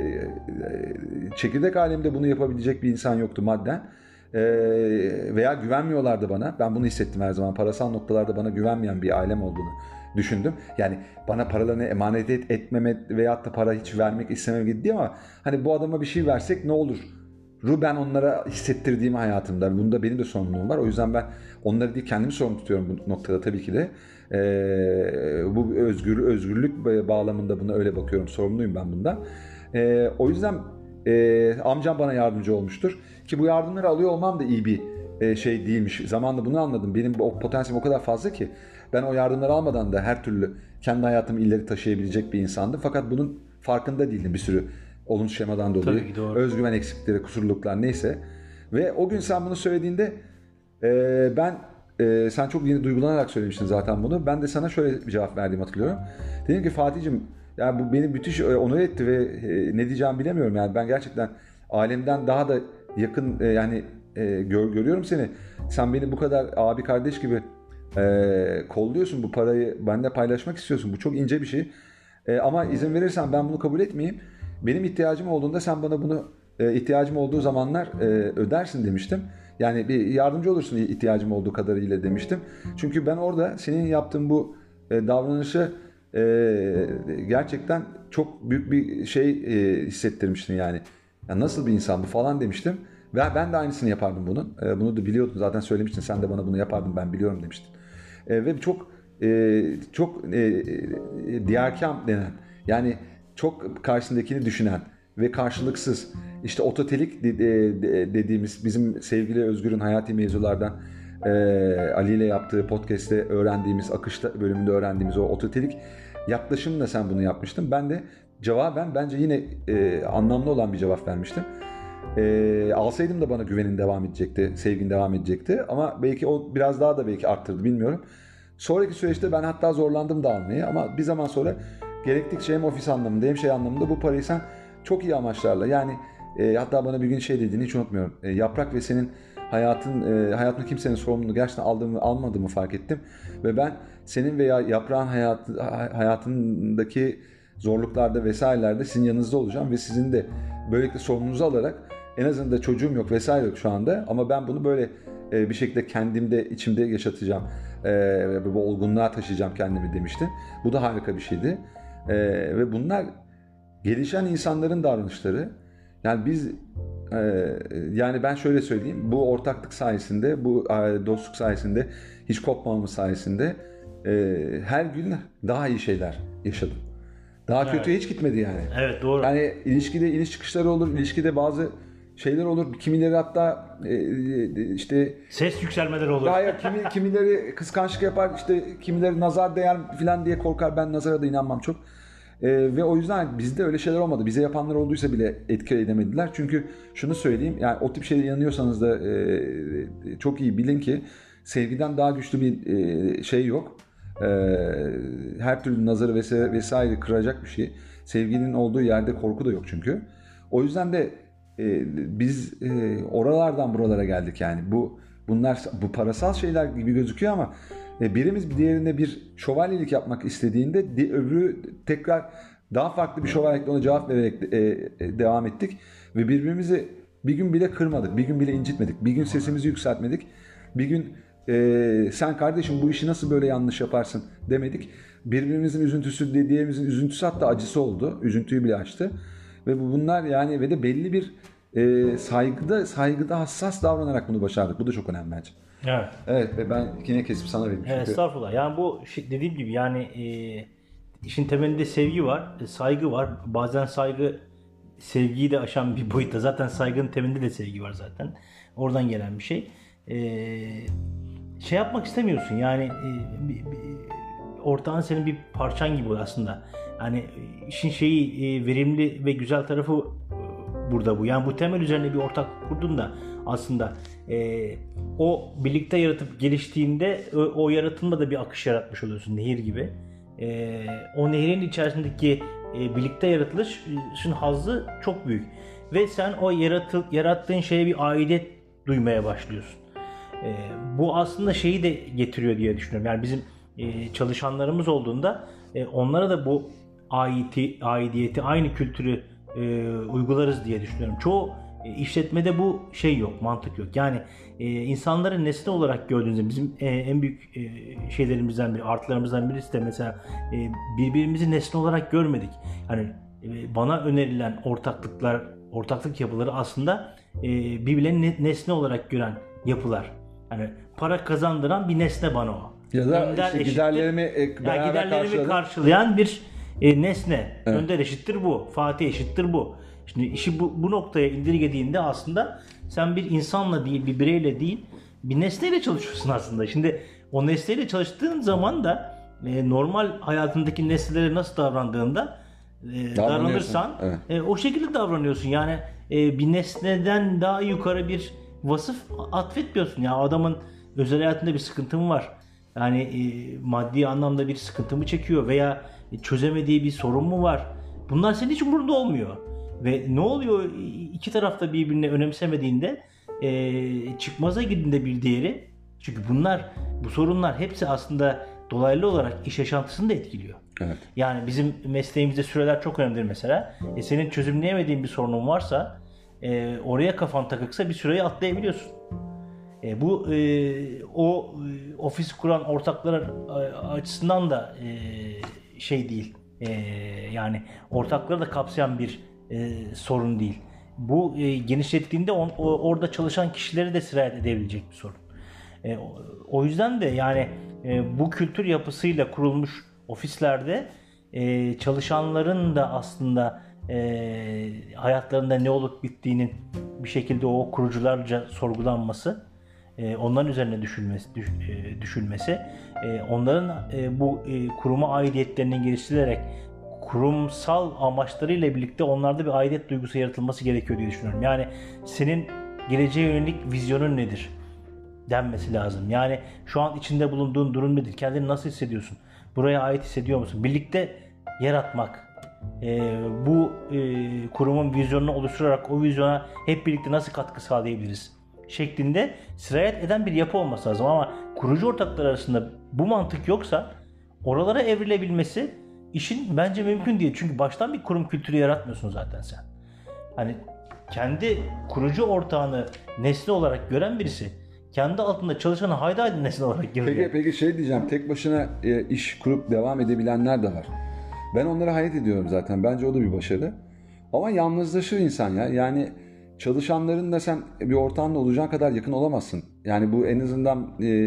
e, çekirdek ailemde bunu yapabilecek bir insan yoktu madden. E, veya güvenmiyorlardı bana. Ben bunu hissettim her zaman. Parasal noktalarda bana güvenmeyen bir ailem olduğunu düşündüm. Yani bana paralarını emanet et, etmeme veyahut da para hiç vermek istemem gibi değil ama hani bu adama bir şey versek ne olur? Ru ben onlara hissettirdiğim hayatımda. Bunda benim de sorumluluğum var. O yüzden ben onları değil kendimi sorumlu tutuyorum bu noktada tabii ki de. Ee, bu özgür özgürlük bağlamında buna öyle bakıyorum. Sorumluyum ben bundan. Ee, o yüzden e, amcam bana yardımcı olmuştur. Ki bu yardımları alıyor olmam da iyi bir e, şey değilmiş. Zamanla bunu anladım. Benim o potansiyelim o kadar fazla ki ben o yardımları almadan da her türlü kendi hayatımı ileri taşıyabilecek bir insandım. Fakat bunun farkında değildim bir sürü olumsuz şemadan dolayı. Tabii ki, doğru. Özgüven eksiklikleri, kusurluklar neyse. Ve o gün sen bunu söylediğinde e, ben e, sen çok yeni duygulanarak söylemiştin zaten bunu. Ben de sana şöyle bir cevap verdiğimi hatırlıyorum. Dedim ki Fatih'cim yani bu beni müthiş onur etti ve e, ne diyeceğimi bilemiyorum. Yani ben gerçekten ailemden daha da yakın e, yani e, gör, görüyorum seni. Sen beni bu kadar abi kardeş gibi e, kolluyorsun. Bu parayı benimle paylaşmak istiyorsun. Bu çok ince bir şey. E, ama izin verirsen ben bunu kabul etmeyeyim. Benim ihtiyacım olduğunda sen bana bunu e, ihtiyacım olduğu zamanlar e, ödersin demiştim. Yani bir yardımcı olursun ihtiyacım olduğu kadarıyla demiştim. Çünkü ben orada senin yaptığın bu e, davranışı e, gerçekten çok büyük bir şey e, hissettirmiştin yani. Ya nasıl bir insan bu falan demiştim. Ve ben de aynısını yapardım bunun. E, bunu da biliyordun zaten söylemiştin. Sen de bana bunu yapardın ben biliyorum demiştin. E, ve çok e, çok e, diyarkam denen yani çok karşısındakini düşünen ve karşılıksız işte ototelik dediğimiz bizim sevgili Özgür'ün hayati mevzulardan e, Ali ile yaptığı podcast'te öğrendiğimiz akışta bölümünde öğrendiğimiz o ototelik yaklaşımla sen bunu yapmıştın. Ben de cevaben bence yine e, anlamlı olan bir cevap vermiştim. E, alsaydım da bana güvenin devam edecekti, sevgin devam edecekti ama belki o biraz daha da belki arttırdı bilmiyorum. Sonraki süreçte ben hatta zorlandım da almayı ama bir zaman sonra gerektikçe hem ofis anlamında hem şey anlamında bu parayı sen çok iyi amaçlarla yani e, hatta bana bir gün şey dediğini hiç unutmuyorum. E, Yaprak ve senin hayatın e, hayatında kimsenin sorumluluğunu gerçekten aldığımı almadığımı fark ettim ve ben senin veya Yaprak'ın hayatı, hayatındaki zorluklarda vesairelerde sizin yanınızda olacağım ve sizin de böylelikle sorumluluğunuzu alarak en azından da çocuğum yok vesaire yok şu anda ama ben bunu böyle e, bir şekilde kendimde içimde yaşatacağım e, ve bu olgunluğa taşıyacağım kendimi demiştin. Bu da harika bir şeydi. E, ve bunlar gelişen insanların davranışları. Yani biz e, yani ben şöyle söyleyeyim bu ortaklık sayesinde bu e, dostluk sayesinde hiç kopmamamız sayesinde e, her gün daha iyi şeyler yaşadım. Daha Evet. kötüye hiç gitmedi yani. Evet, doğru. Yani ilişkide iniş çıkışları olur, ilişkide bazı şeyler olur. Kimileri hatta e, işte Ses yükselmeleri olur. hayır, kimi, kimileri kıskançlık yapar, işte kimileri nazar değer falan diye korkar. Ben nazara da inanmam çok. E, ve o yüzden bizde öyle şeyler olmadı. Bize yapanlar olduysa bile etki edemediler. Çünkü şunu söyleyeyim, yani o tip şeye inanıyorsanız da e, çok iyi bilin ki sevgiden daha güçlü bir e, şey yok. E, her türlü nazarı vesaire, vesaire kıracak bir şey. Sevginin olduğu yerde korku da yok çünkü. O yüzden de e, biz e, oralardan buralara geldik yani. Bu bunlar bu parasal şeyler gibi gözüküyor ama e, birimiz bir diğerine bir şövalyelik yapmak istediğinde di, öbürü tekrar daha farklı bir şövalyelikle ona cevap vererek e, e, devam ettik ve birbirimizi bir gün bile kırmadık, bir gün bile incitmedik, bir gün sesimizi yükseltmedik, bir gün e, sen kardeşim bu işi nasıl böyle yanlış yaparsın demedik. Birbirimizin üzüntüsü, diğerimizin üzüntüsü hatta acısı oldu, üzüntüyü bile açtı ve bu bunlar yani ve de belli bir e, saygıda saygıda hassas davranarak bunu başardık. Bu da çok önemli bence. Evet. Evet ve ben yine kesip sana vereyim. Evet, estağfurullah. Yani bu şey, dediğim gibi yani e, işin temelinde sevgi var, e, saygı var. Bazen saygı sevgiyi de aşan bir boyutta. Zaten saygının temelinde de sevgi var zaten. Oradan gelen bir şey. E, şey yapmak istemiyorsun. Yani e, bir, bir, ortağın senin bir parçan gibi aslında. Yani işin şeyi e, verimli ve güzel tarafı e, burada bu. Yani bu temel üzerine bir ortak kurduğunda aslında e, o birlikte yaratıp geliştiğinde o, o yaratımda da bir akış yaratmış oluyorsun nehir gibi. E, o nehrin içerisindeki e, birlikte yaratılışın hazzı çok büyük. Ve sen o yaratı, yarattığın şeye bir aidiyet duymaya başlıyorsun. E, bu aslında şeyi de getiriyor diye düşünüyorum. Yani bizim e, çalışanlarımız olduğunda e, onlara da bu aidiyeti, aidiyeti aynı kültürü e, uygularız diye düşünüyorum. Çoğu e, işletmede bu şey yok, mantık yok. Yani e, insanları nesne olarak gördüğünüzde bizim e, en büyük e, şeylerimizden biri, artılarımızdan birisi de mesela e, birbirimizi nesne olarak görmedik. Hani e, bana önerilen ortaklıklar, ortaklık yapıları aslında e, birbirlerini nesne olarak gören yapılar. Hani para kazandıran bir nesne bana o. Ya da Önder işte eşittir, giderlerimi e, beraber yani giderlerimi karşıladım. karşılayan bir e, nesne. Evet. Önder eşittir bu. Fatih eşittir bu. Şimdi işi bu, bu noktaya indirgediğinde aslında sen bir insanla değil, bir bireyle değil, bir nesneyle çalışıyorsun aslında. Şimdi o nesneyle çalıştığın zaman da e, normal hayatındaki nesnelere nasıl davrandığında e, davranırsan Evet. e, o şekilde davranıyorsun. Yani e, bir nesneden daha yukarı bir vasıf atfetmiyorsun. Yani adamın özel hayatında bir sıkıntı mı var? Yani e, maddi anlamda bir sıkıntı mı çekiyor veya çözemediği bir sorun mu var? Bunlar senin hiç umurunda olmuyor. Ve ne oluyor iki tarafta birbirini önemsemediğinde e, çıkmaza girdiğinde bir değeri, çünkü bunlar bu sorunlar hepsi aslında dolaylı olarak iş yaşantısını da etkiliyor. Evet. Yani bizim mesleğimizde süreler çok önemlidir mesela. E, senin çözümleyemediğin bir sorunun varsa e, oraya kafan takıksa bir süreyi atlayabiliyorsun. E, bu e, o e, ofis kuran ortaklar e, açısından da e, şey değil. E, yani ortakları da kapsayan bir e, sorun değil. Bu e, genişlettiğinde on, o, orada çalışan kişileri de sirayet edebilecek bir sorun. E, o, o yüzden de yani e, bu kültür yapısıyla kurulmuş ofislerde e, çalışanların da aslında e, hayatlarında ne olup bittiğinin bir şekilde o kurucularca sorgulanması, e, onların üzerine düşünmesi, düş, e, düşünmesi, e, onların e, bu e, kuruma aidiyetlerinin geliştirilerek kurumsal amaçlarıyla birlikte onlarda bir aidiyet duygusu yaratılması gerekiyor diye düşünüyorum. Yani senin geleceğe yönelik vizyonun nedir denmesi lazım. Yani şu an içinde bulunduğun durum nedir? Kendini nasıl hissediyorsun? Buraya ait hissediyor musun? Birlikte yaratmak, e, bu e, kurumun vizyonunu oluşturarak o vizyona hep birlikte nasıl katkı sağlayabiliriz şeklinde sirayet eden bir yapı olması lazım. Ama kurucu ortaklar arasında bu mantık yoksa oralara evrilebilmesi işin bence mümkün değil. Çünkü baştan bir kurum kültürü yaratmıyorsun zaten sen. Hani kendi kurucu ortağını nesne olarak gören birisi kendi altında çalışanı haydi haydi nesne olarak görüyor. Peki, peki şey diyeceğim, tek başına e, iş kurup devam edebilenler de var. Ben onlara hayret ediyorum zaten. Bence o da bir başarı. Ama yalnızlaşır insan ya. Yani çalışanlarınla sen bir ortağınla olacağın kadar yakın olamazsın. Yani bu en azından e, e,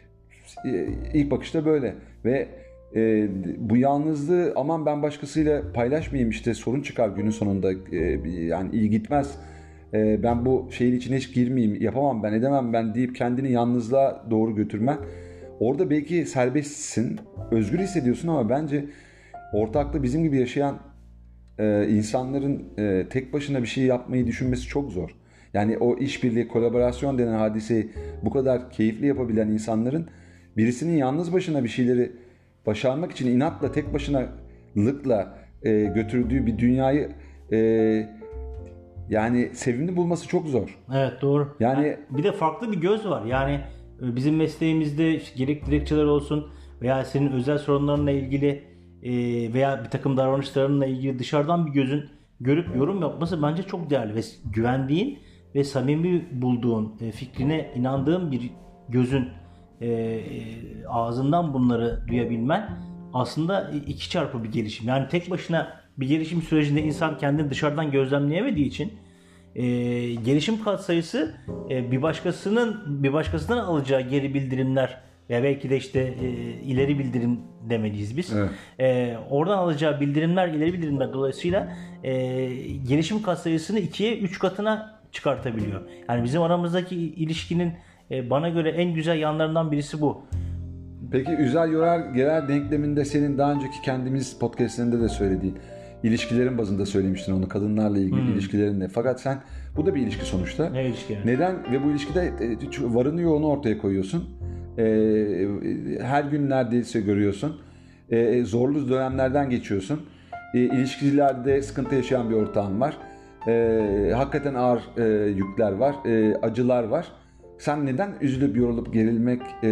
ilk bakışta böyle. Ve e, bu yalnızlığı aman ben başkasıyla paylaşmayayım işte sorun çıkar günün sonunda e, yani iyi gitmez. E, ben bu şeyin içine hiç girmeyeyim, yapamam ben, edemem ben deyip kendini yalnızlığa doğru götürmen. Orada belki serbestsin, özgür hissediyorsun ama bence ortaklı bizim gibi yaşayan e, insanların e, tek başına bir şey yapmayı düşünmesi çok zor. Yani o işbirliği, kolaborasyon denen hadiseyi bu kadar keyifli yapabilen insanların birisinin yalnız başına bir şeyleri başarmak için inatla, tek başınalıkla e, götürdüğü bir dünyayı e, yani sevimli bulması çok zor. Evet, doğru. Yani, Yani bir de farklı bir göz var. Yani e, bizim mesleğimizde işte gerek dilekçeler olsun veya senin özel sorunlarınla ilgili e, veya bir takım davranışlarınla ilgili dışarıdan bir gözün görüp yorum yapması bence çok değerli ve güvendiğin ve samimi bulduğun, e, fikrine inandığın bir gözün e, e, ağzından bunları duyabilmen aslında iki çarpı bir gelişim. Yani tek başına bir gelişim sürecinde insan kendini dışarıdan gözlemleyemediği için e, gelişim katsayısı e, bir başkasının bir başkasından alacağı geri bildirimler veya belki de işte e, ileri bildirim demeliyiz biz. Evet. E, oradan alacağı bildirimler, ileri bildirimler dolayısıyla e, gelişim katsayısını ikiye, üç katına çıkartabiliyor. Yani bizim aramızdaki ilişkinin e, bana göre en güzel yanlarından birisi bu. peki üzer yorar gerer denkleminde senin daha önceki kendimiz podcastlerinde de söylediğin ilişkilerin bazında söylemiştin onu, kadınlarla ilgili Hmm. ilişkilerinle. Fakat sen, bu da bir ilişki sonuçta. Ne ilişki? Neden ve bu ilişkide e, varını yoğunu ortaya koyuyorsun. E, her gün neredeyse görüyorsun. E, zorlu dönemlerden geçiyorsun. E, ilişkilerde sıkıntı yaşayan bir ortağın var. E, hakikaten ağır e, yükler var, e, acılar var. Sen neden üzülüp yorulup gerilmek e,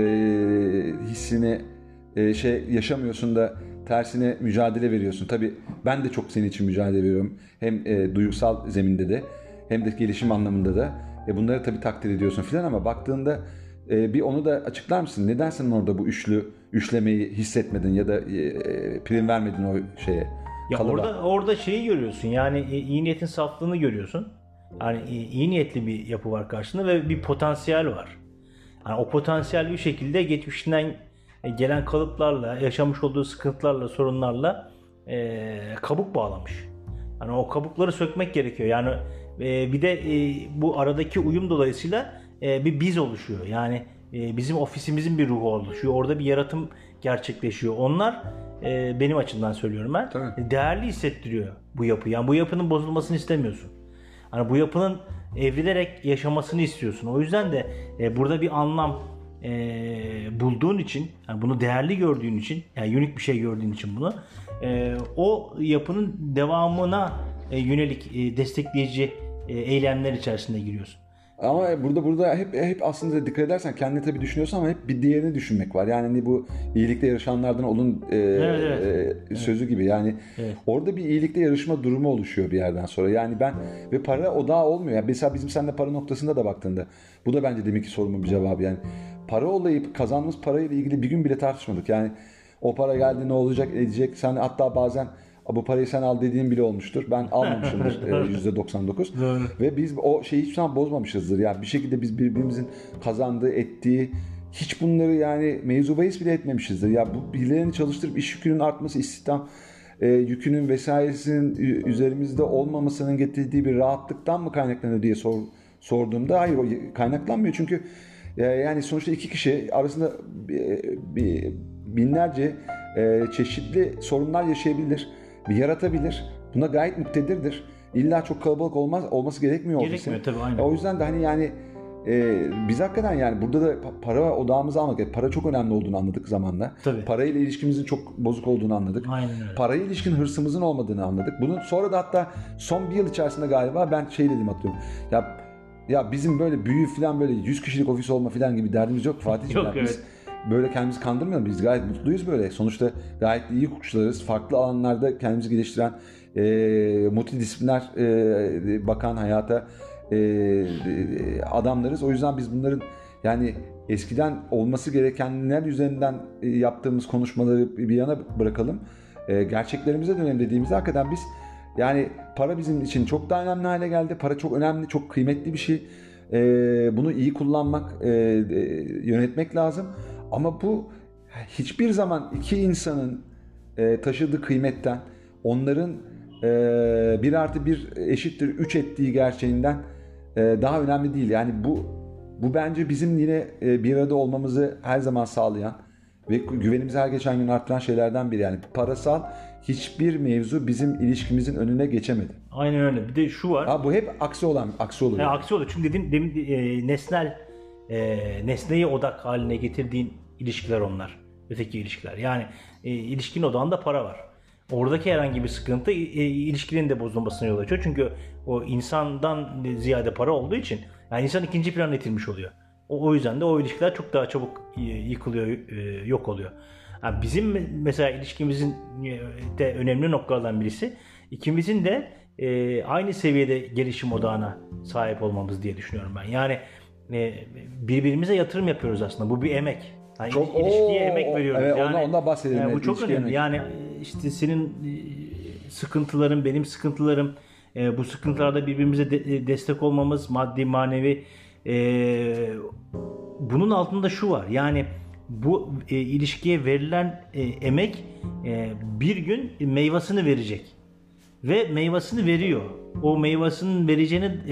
hissini e, şey yaşamıyorsun da tersine mücadele veriyorsun? Tabii ben de çok senin için mücadele veriyorum. Hem e, duygusal zeminde de hem de gelişim anlamında da. E, bunları tabii takdir ediyorsun filan ama baktığında e, bir onu da açıklar mısın? Neden sen orada bu üçlü üçlemeyi hissetmedin ya da e, prim vermedin o şeye? Ya kalıba? orada orada şeyi görüyorsun. Yani e, iyi niyetin saflığını görüyorsun. Yani e, iyi niyetli bir yapı var karşında ve bir potansiyel var. Yani o potansiyel bir şekilde geçmişinden e, gelen kalıplarla, yaşamış olduğu sıkıntılarla, sorunlarla e, kabuk bağlamış. Yani o kabukları sökmek gerekiyor. Yani e, bir de e, bu aradaki uyum dolayısıyla e, bir biz oluşuyor. Yani e, bizim ofisimizin bir ruhu oluşuyor. Orada bir yaratım gerçekleşiyor. Onlar e, benim açımdan söylüyorum ben. Tabii. Değerli hissettiriyor bu yapı. Yani bu yapının bozulmasını istemiyorsun. Hani bu yapının evrilerek yaşamasını istiyorsun. O yüzden de e, burada bir anlam e, bulduğun için, yani bunu değerli gördüğün için, yani unik bir şey gördüğün için bunu, e, o yapının devamına e, yönelik e, destekleyici e, eylemler içerisinde giriyorsun. Ama burada burada hep hep aslında dikkat edersen kendini tabii düşünüyorsun ama hep bir diğerini düşünmek var. Yani hani bu iyilikte yarışanlardan olun e, Evet, evet. e, sözü gibi. Yani Evet. orada bir iyilikte yarışma durumu oluşuyor bir yerden sonra. Yani ben ve para odağı olmuyor. Yani mesela bizim seninle para noktasında da baktığında bu da bence deminki sorumun bir cevabı. Yani para olayı, kazandığımız parayla ilgili bir gün bile tartışmadık. Yani o para geldi ne olacak edecek. Sen hatta bazen bu parayı sen al dediğin bile olmuştur. Ben almamışımdır e, yüzde doksan dokuz. Doğru. Ve biz o şeyi hiç zaman bozmamışızdır. Yani bir şekilde biz birbirimizin kazandığı, ettiği, hiç bunları yani mevzu bahis bile etmemişizdir. Ya bu birilerini çalıştırıp iş yükünün artması, istihdam e, yükünün vesairesinin ü- üzerimizde olmamasının getirdiği bir rahatlıktan mı kaynaklanıyor diye sor, sorduğumda hayır, o kaynaklanmıyor. Çünkü e, yani sonuçta iki kişi arasında e, bir, binlerce e, çeşitli sorunlar yaşayabilir, bir yaratabilir. Buna gayet muktedirdir. İlla çok kalabalık olmaz olması gerekmiyor. Gerekmiyor ofisin. tabii, aynen. O yüzden de hani yani e, biz hakikaten yani burada da pa- para odağımızı almak, yani para çok önemli olduğunu anladık zamanla. Tabii. Parayla ilişkimizin çok bozuk olduğunu anladık. Aynen öyle. Paraya ilişkin hırsımızın olmadığını anladık. Bunun sonra da hatta son bir yıl içerisinde galiba ben şey dedim, hatırlıyorum. Ya ya bizim böyle büyü falan, böyle yüz kişilik ofis olma falan gibi derdimiz yok Fatih'ciğim. Yok, Ya biz böyle kendimizi kandırmayalım. Biz gayet mutluyuz böyle. Sonuçta gayet iyi hukukçularız. Farklı alanlarda kendimizi geliştiren, e, multidisipliner e, bakan hayata e, e, adamlarız. O yüzden biz bunların yani eskiden olması gerekenler üzerinden e, yaptığımız konuşmaları bir yana bırakalım. E, gerçeklerimize dönelim dediğimizde hakikaten biz yani para bizim için çok daha önemli hale geldi. Para çok önemli, çok kıymetli bir şey. E, bunu iyi kullanmak, e, e, yönetmek lazım. Ama bu hiçbir zaman iki insanın e, taşıdığı kıymetten, onların e, bir artı bir eşittir üç ettiği gerçeğinden e, daha önemli değil. Yani bu bu bence bizim yine e, bir arada olmamızı her zaman sağlayan ve güvenimizi her geçen gün arttıran şeylerden biri. Yani parasal hiçbir mevzu bizim ilişkimizin önüne geçemedi. Aynen öyle. Bir de şu var. Ha, bu hep aksi olan, aksi olur. Yani Yani. aksi oluyor. Çünkü dedim, demin e, nesnel e, nesneyi odak haline getirdiğin ilişkiler onlar. Öteki ilişkiler. Yani e, ilişkinin odağında para var. oradaki herhangi bir sıkıntı e, ilişkinin de bozulmasına yol açıyor. Çünkü o insandan ziyade para olduğu için yani insan ikinci plana itilmiş oluyor. O, o yüzden de o ilişkiler çok daha çabuk yıkılıyor, e, yok oluyor. Yani bizim mesela ilişkimizin de önemli noktalardan birisi ikimizin de e, aynı seviyede gelişim odağına sahip olmamız diye düşünüyorum ben. Yani e, birbirimize yatırım yapıyoruz aslında. Bu bir emek. Yani Çok, ilişkiye oo, emek veriyoruz. Evet, yani, ondan, ondan bahsedelim. Yani bu Evet, çok ilişki önemli. emek. Yani işte senin e, sıkıntıların, benim sıkıntılarım, e, bu sıkıntılarda birbirimize de, destek olmamız, maddi, manevi. E, bunun altında şu var. Yani bu e, ilişkiye verilen e, emek e, bir gün meyvasını verecek. Ve meyvasını veriyor. O meyvasının vereceğine e,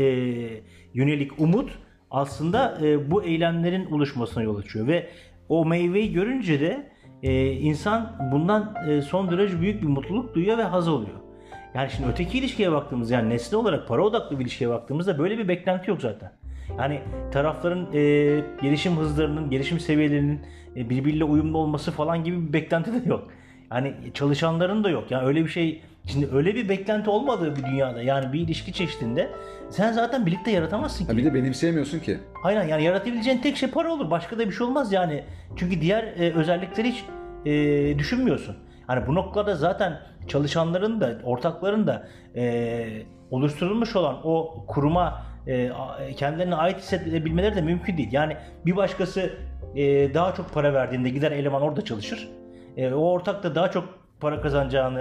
yönelik umut aslında e, bu eylemlerin oluşmasına yol açıyor. Ve o meyveyi görünce de e, insan bundan e, son derece büyük bir mutluluk duyuyor ve haz oluyor. Yani şimdi öteki ilişkiye baktığımız, yani nesne olarak para odaklı bir ilişkiye baktığımızda böyle bir beklenti yok zaten. Yani tarafların e, gelişim hızlarının, gelişim seviyelerinin e, birbiriyle uyumlu olması falan gibi bir beklenti de yok. Yani çalışanların da yok. Yani öyle bir şey, şimdi öyle bir beklenti olmadığı bir dünyada, yani bir ilişki çeşitinde sen zaten birlikte yaratamazsın ki. Ha, bir de benimseyemiyorsun ki. Aynen, yani yaratabileceğin tek şey para olur. Başka da bir şey olmaz yani. Çünkü diğer e, özellikleri hiç e, düşünmüyorsun. Hani bu noktada zaten çalışanların da, ortakların da e, oluşturulmuş olan o kuruma e, kendilerine ait hissedebilmeleri de mümkün değil. Yani bir başkası e, daha çok para verdiğinde gider eleman orada çalışır. E, o ortak da daha çok para kazanacağını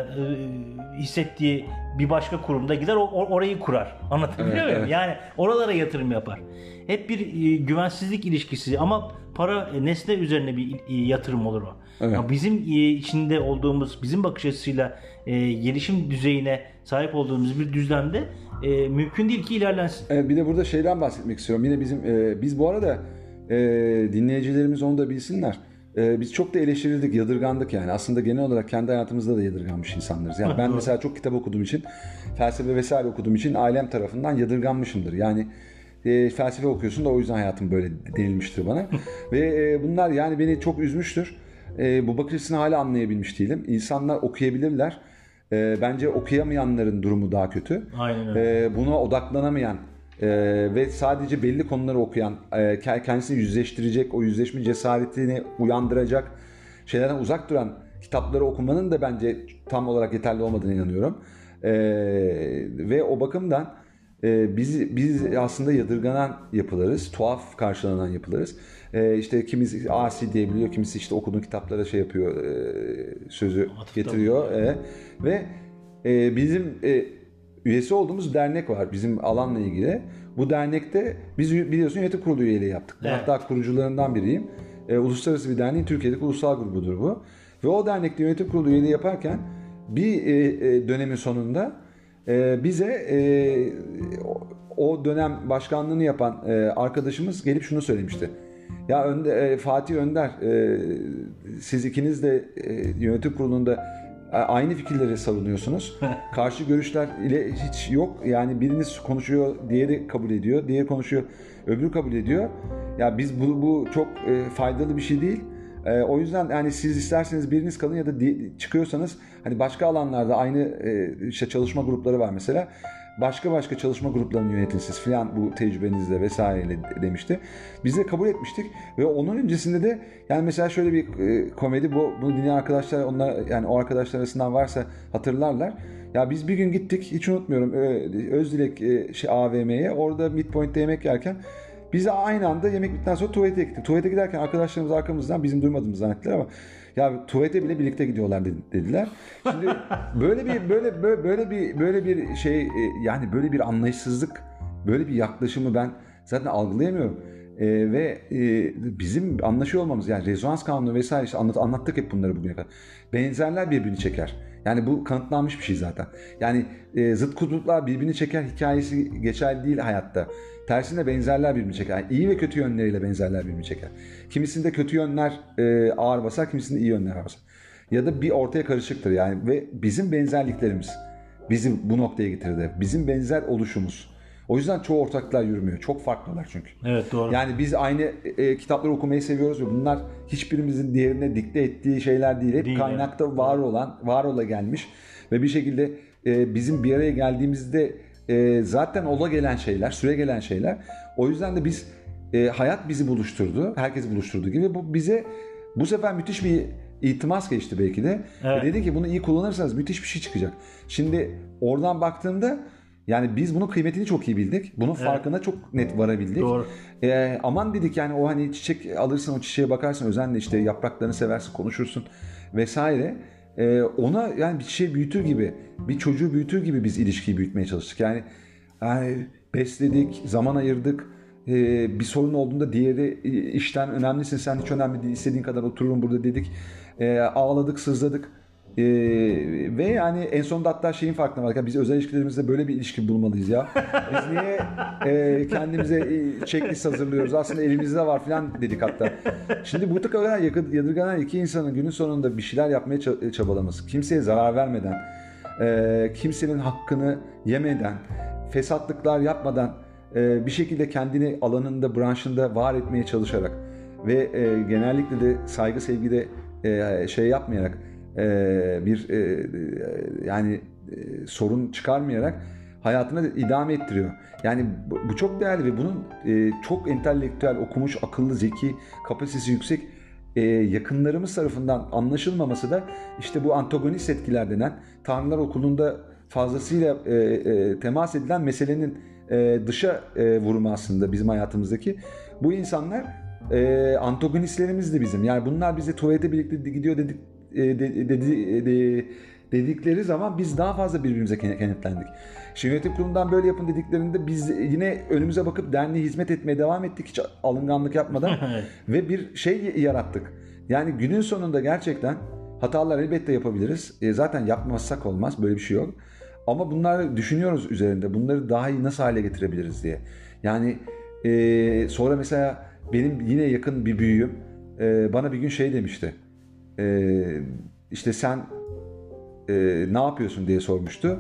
e, hissettiği bir başka kurumda gider or- orayı kurar. Anlatabiliyor Evet, muyum? evet. Yani oralara yatırım yapar. Hep bir e, güvensizlik ilişkisi ama para e, nesne üzerine bir e, yatırım olur o. Evet. Ama bizim e, içinde olduğumuz, bizim bakış açısıyla e, gelişim düzeyine sahip olduğumuz bir düzlemde e, mümkün değil ki ilerlensin. Evet, bir de burada şeyden bahsetmek istiyorum. Yine bizim e, biz bu arada e, dinleyicilerimiz onu da bilsinler. E, biz çok da eleştirildik, yadırgandık yani. Aslında genel olarak kendi hayatımızda da yadırganmış insanlarız. Yani ben mesela çok kitap okuduğum için, felsefe vesaire okuduğum için ailem tarafından yadırganmışımdır. Yani e, felsefe okuyorsun da o yüzden hayatım böyle denilmiştir bana. Ve e, bunlar yani beni çok üzmüştür. E, bu bakış açısını hala anlayabilmiş değilim. İnsanlar okuyabilirler. E, bence okuyamayanların durumu daha kötü. Aynen öyle. E, buna odaklanamayan e, ve sadece belli konuları okuyan, e, kendisini yüzleştirecek, o yüzleşme cesaretini uyandıracak şeylerden uzak duran kitapları okumanın da bence tam olarak yeterli olmadığına inanıyorum. E, ve o bakımdan e, biz biz aslında yadırganan yapılarız, tuhaf karşılanan yapılarız. E, işte kimisi asi diyebiliyor, kimisi işte okuduğu kitaplara şey yapıyor, e, sözü Atıfta getiriyor. E, ve e, bizim e, üyesi olduğumuz dernek var bizim alanla ilgili. Bu dernekte biz biliyorsun yönetim kurulu üyeliği yaptık. Evet. Hatta kurucularından biriyim. E, uluslararası bir derneğin Türkiye'deki ulusal grubudur bu. Ve o dernekte yönetim kurulu üyeliği yaparken bir e, e, dönemin sonunda e, bize e, o dönem başkanlığını yapan e, arkadaşımız gelip şunu söylemişti. Ya Önde, e, Fatih Önder, e, siz ikiniz de e, yönetim kurulunda aynı fikirleri savunuyorsunuz. Karşı görüşler ile hiç yok. Yani biriniz konuşuyor, diğeri kabul ediyor. Diğeri konuşuyor, öbürü kabul ediyor. Ya biz bu, bu çok e, faydalı bir şey değil. E, o yüzden yani siz isterseniz biriniz kalın ya da di- çıkıyorsanız hani başka alanlarda aynı e, işte çalışma grupları var mesela. Başka başka çalışma gruplarını yönetin siz filan bu tecrübenizle vesaireyle demişti. Biz de kabul etmiştik ve onun öncesinde de yani mesela şöyle bir e, komedi bu bunu dinleyen arkadaşlar onlar yani o arkadaşlar arasından varsa hatırlarlar. Ya biz bir gün gittik hiç unutmuyorum Özdilek e, şey A V M'ye orada Midpoint'te yemek yerken biz aynı anda yemek bittikten sonra tuvalete gittik. Tuvalete giderken arkadaşlarımız arkamızdan bizim duymadığımızı zannettiler ama ya tuvalete bile birlikte gidiyorlar dediler. Şimdi böyle bir böyle böyle böyle bir böyle bir şey yani böyle bir anlayışsızlık, böyle bir yaklaşımı ben zaten algılayamıyorum. Ee, ve e, bizim anlaşıyor olmamız yani rezonans kanunu vesaire işte anlat, anlattık hep bunları bugüne kadar. Benzerler birbirini çeker. Yani bu kanıtlanmış bir şey zaten. Yani e, zıt kutuplar birbirini çeker hikayesi geçerli değil hayatta. Tersine benzerler birbirini çeker. Yani iyi ve kötü yönleriyle benzerler birbirini çeker. Kimisinde kötü yönler e, ağır basar, kimisinde iyi yönler ağır basar. Ya da bir ortaya karışıktır yani ve bizim benzerliklerimiz bizi bu noktaya getirdi. Bizim benzer oluşumuz. O yüzden çoğu ortaklıklar yürümüyor. Çok farklılar çünkü. Evet, doğru. Yani biz aynı e, kitapları okumayı seviyoruz ve bunlar hiçbirimizin diğerine dikte ettiği şeyler değil. Hep Değil, kaynakta evet. var olan, var ola gelmiş ve bir şekilde e, bizim bir araya geldiğimizde e, zaten ola gelen şeyler, süre gelen şeyler. O yüzden de biz e, hayat bizi buluşturdu, herkesi buluşturdu gibi. Bu bize bu sefer müthiş bir iltimas geçti belki de. Evet. Ve dedi ki bunu iyi kullanırsanız müthiş bir şey çıkacak. Şimdi oradan baktığımda yani biz bunun kıymetini çok iyi bildik. Bunun Evet. farkına çok net varabildik. Doğru. Ee, aman dedik yani o hani çiçek alırsın, o çiçeğe bakarsın özenle, işte yapraklarını seversin, konuşursun vesaire. Ee, ona yani bir şey büyütür gibi, bir çocuğu büyütür gibi biz ilişkiyi büyütmeye çalıştık. Yani, yani besledik, zaman ayırdık. Ee, bir sorun olduğunda diğeri işten önemlisin, sen hiç önemli değil, istediğin kadar otururum burada dedik. Ee, ağladık, sızladık. Ee, ve yani en sonunda hatta şeyin farkına vardık. Biz özel ilişkilerimizde böyle bir ilişki bulmalıyız ya. Biz niye e, kendimize e, checklist hazırlıyoruz? Aslında elimizde var falan dedik hatta. Şimdi bu kadar yakın yadırganan iki insanın günün sonunda bir şeyler yapmaya çabalaması, kimseye zarar vermeden, e, kimsenin hakkını yemeden, fesatlıklar yapmadan, e, bir şekilde kendini alanında, branşında var etmeye çalışarak ve e, genellikle de saygı, sevgide e, şey yapmayarak, Ee, bir e, yani e, sorun çıkarmayarak hayatını idame ettiriyor. Yani bu, bu çok değerli ve bunun e, çok entelektüel, okumuş, akıllı, zeki, kapasitesi yüksek e, yakınlarımız tarafından anlaşılmaması da işte bu antagonist etkiler denen Tanrılar Okulu'nda fazlasıyla e, e, temas edilen meselenin e, dışa e, vurumu aslında bizim hayatımızdaki. Bu insanlar e, antagonistlerimiz de bizim. Yani bunlar bize tuvalete birlikte gidiyor dedik Dedi, dedi, dedikleri zaman biz daha fazla birbirimize kenetlendik. Şimdi yönetim kurulundan böyle yapın dediklerinde biz yine önümüze bakıp derneğe hizmet etmeye devam ettik hiç alınganlık yapmadan ve bir şey yarattık. Yani günün sonunda gerçekten hatalar elbette yapabiliriz. E, zaten yapmazsak olmaz, böyle bir şey yok. Ama bunları düşünüyoruz üzerinde. Bunları daha iyi nasıl hale getirebiliriz diye. Yani e, sonra mesela benim yine yakın bir büyüğüm e, bana bir gün şey demişti. Ee, işte sen e, ne yapıyorsun diye sormuştu.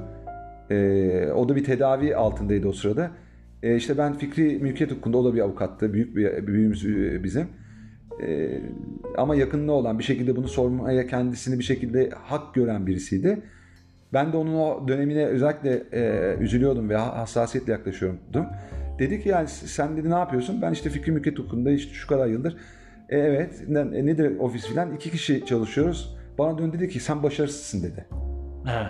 E, o da bir tedavi altındaydı o sırada. E, işte ben fikri mülkiyet hukukunda, o da bir avukattı. Büyük bir büyüğümüz bizim. E, ama yakınlığı olan, bir şekilde bunu sormaya kendisini bir şekilde hak gören birisiydi. Ben de onun o dönemine özellikle e, üzülüyordum ve hassasiyetle yaklaşıyordum. Dedi ki yani sen dedi ne yapıyorsun? Ben işte fikri mülkiyet hukukunda işte şu kadar yıldır. E, evet. Ne, nedir ofis filan? İki kişi çalışıyoruz. Bana döndü dedi ki sen başarısızsın dedi. Evet.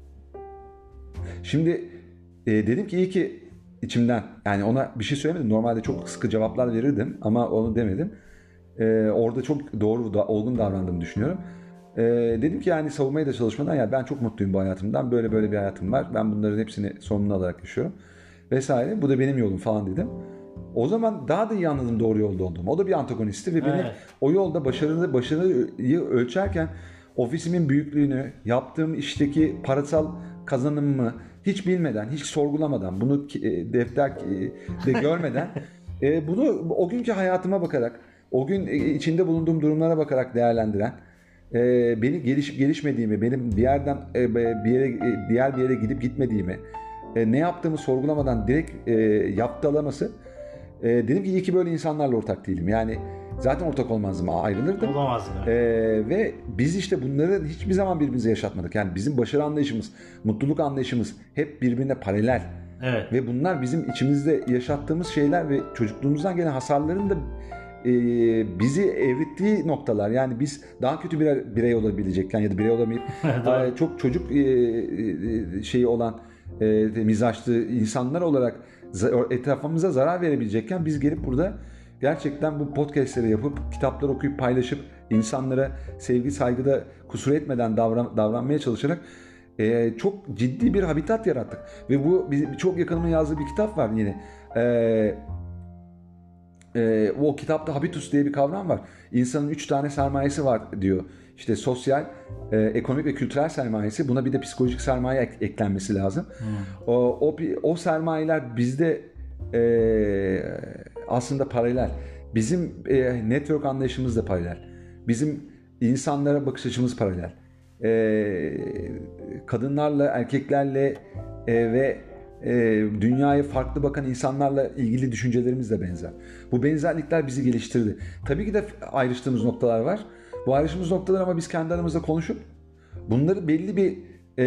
Şimdi e, dedim ki iyi ki içimden, yani ona bir şey söylemedim. Normalde çok sıkı cevaplar verirdim ama onu demedim. E, orada çok doğru, da, olgun davrandığımı düşünüyorum. E, dedim ki yani savunmaya da çalışmadan ya ben çok mutluyum bu hayatımdan. Böyle böyle bir hayatım var. Ben bunların hepsini sorumlu alarak yaşıyorum. Vesaire. Bu da benim yolum falan dedim. O zaman daha da iyi anladım doğru yolda olduğumu. O da bir antagonisti ve beni Evet. o yolda başarılı başarıyı ölçerken ofisimin büyüklüğünü, yaptığım işteki parasal kazanımımı hiç bilmeden, hiç sorgulamadan, bunu e, defterde görmeden e, bunu o günkü hayatıma bakarak, o gün içinde bulunduğum durumlara bakarak değerlendiren, e, beni gelişip gelişmediğimi, benim bir yerden e, bir yere e, diğer bir yere gidip gitmediğimi, e, ne yaptığımı sorgulamadan direkt e, yaptalaması. E, dedim ki iyi ki böyle insanlarla ortak değilim. Yani zaten ortak olmazdım, ayrılırdım. Olamazdım. E, ve biz işte bunları hiçbir zaman birbirimize yaşatmadık. Yani bizim başarı anlayışımız, mutluluk anlayışımız hep birbirine paralel. Evet. Ve bunlar bizim içimizde yaşattığımız şeyler ve çocukluğumuzdan gelen hasarların da e, bizi evrittiği noktalar. Yani biz daha kötü bir birey olabilecekken ya da birey olamayıp e, çok çocuk e, e, şeyi olan e, mizaçlı insanlar olarak etrafımıza zarar verebilecekken biz gelip burada gerçekten bu podcastleri yapıp, kitaplar okuyup, paylaşıp, insanlara sevgi, saygıda kusur etmeden davran, davranmaya çalışarak e, çok ciddi bir habitat yarattık. Ve bu çok yakınımın yazdığı bir kitap var yine. E, e, o kitapta habitus diye bir kavram var. İnsanın üç tane sermayesi var diyor. İşte sosyal, e, ekonomik ve kültürel sermayesi. Buna bir de psikolojik sermaye ek, eklenmesi lazım. Hmm. O, o, o sermayeler bizde e, aslında paralel. Bizim e, network anlayışımız da paralel. Bizim insanlara bakış açımız paralel. E, kadınlarla, erkeklerle e, ve e, dünyaya farklı bakan insanlarla ilgili düşüncelerimiz de benzer. Bu benzerlikler bizi geliştirdi. Tabii ki de ayrıştığımız noktalar var. Bu ayrıştığımız noktalar ama biz kendi aramızda konuşup bunları belli bir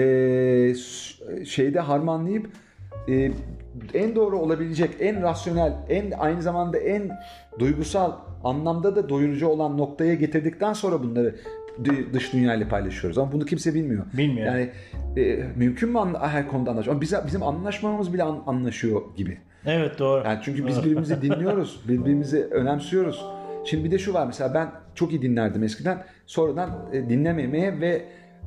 e, şeyde harmanlayıp e, en doğru olabilecek, en rasyonel, en aynı zamanda en duygusal anlamda da doyurucu olan noktaya getirdikten sonra bunları dış dünyayla paylaşıyoruz. Ama bunu kimse bilmiyor. Bilmiyor. Yani e, mümkün mü her konuda anlaşmak? Ama bize, bizim anlaşmamamız bile an, anlaşıyor gibi. Evet, doğru. Yani çünkü biz birbirimizi dinliyoruz, birbirimizi önemsiyoruz. Şimdi bir de şu var, mesela ben çok iyi dinlerdim eskiden. Sonradan e, dinlememeye ve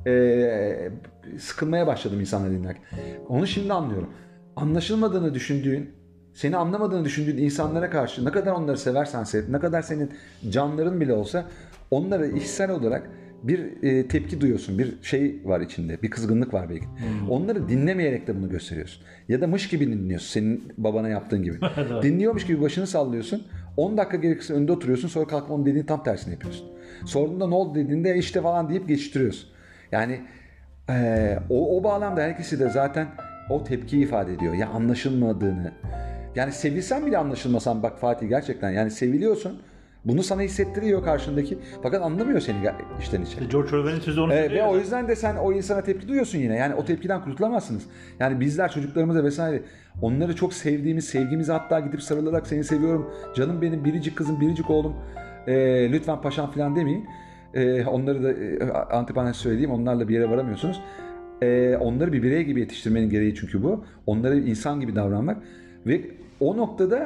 e, sıkılmaya başladım insanları dinlerken. Onu şimdi anlıyorum. Anlaşılmadığını düşündüğün, seni anlamadığını düşündüğün insanlara karşı ne kadar onları seversen sev, ne kadar senin canların bile olsa onlara içsel olarak bir e, tepki duyuyorsun. Bir şey var içinde, bir kızgınlık var belki. Hmm. Onları dinlemeyerek de bunu gösteriyorsun. Ya da mış gibi dinliyorsun, senin babana yaptığın gibi. Dinliyormuş gibi başını sallıyorsun. on dakika gerekirse önünde oturuyorsun, sonra kalkıp onun dediğin tam tersini yapıyorsun. Sorduğunda ne oldu dediğinde işte falan deyip geçiştiriyorsun. Yani e, o, o bağlamda herkesi de zaten o tepkiyi ifade ediyor. Ya anlaşılmadığını. Yani sevilsen bile anlaşılmasan, bak Fatih gerçekten yani seviliyorsun. Bunu sana hissettiriyor karşındaki. Fakat anlamıyor seni içten içe. George Orwell'in sözü onu ee, Ve o yüzden de sen o insana tepki duyuyorsun yine. Yani o tepkiden kurtulamazsınız. Yani bizler çocuklarımıza vesaire onları çok sevdiğimiz, sevgimizi hatta gidip sarılarak seni seviyorum, canım benim, biricik kızım, biricik oğlum, e, lütfen paşam falan demeyin. E, onları da e, antipanes söyleyeyim, onlarla bir yere varamıyorsunuz. E, onları bir birey gibi yetiştirmenin gereği çünkü bu. Onlara insan gibi davranmak. Ve o noktada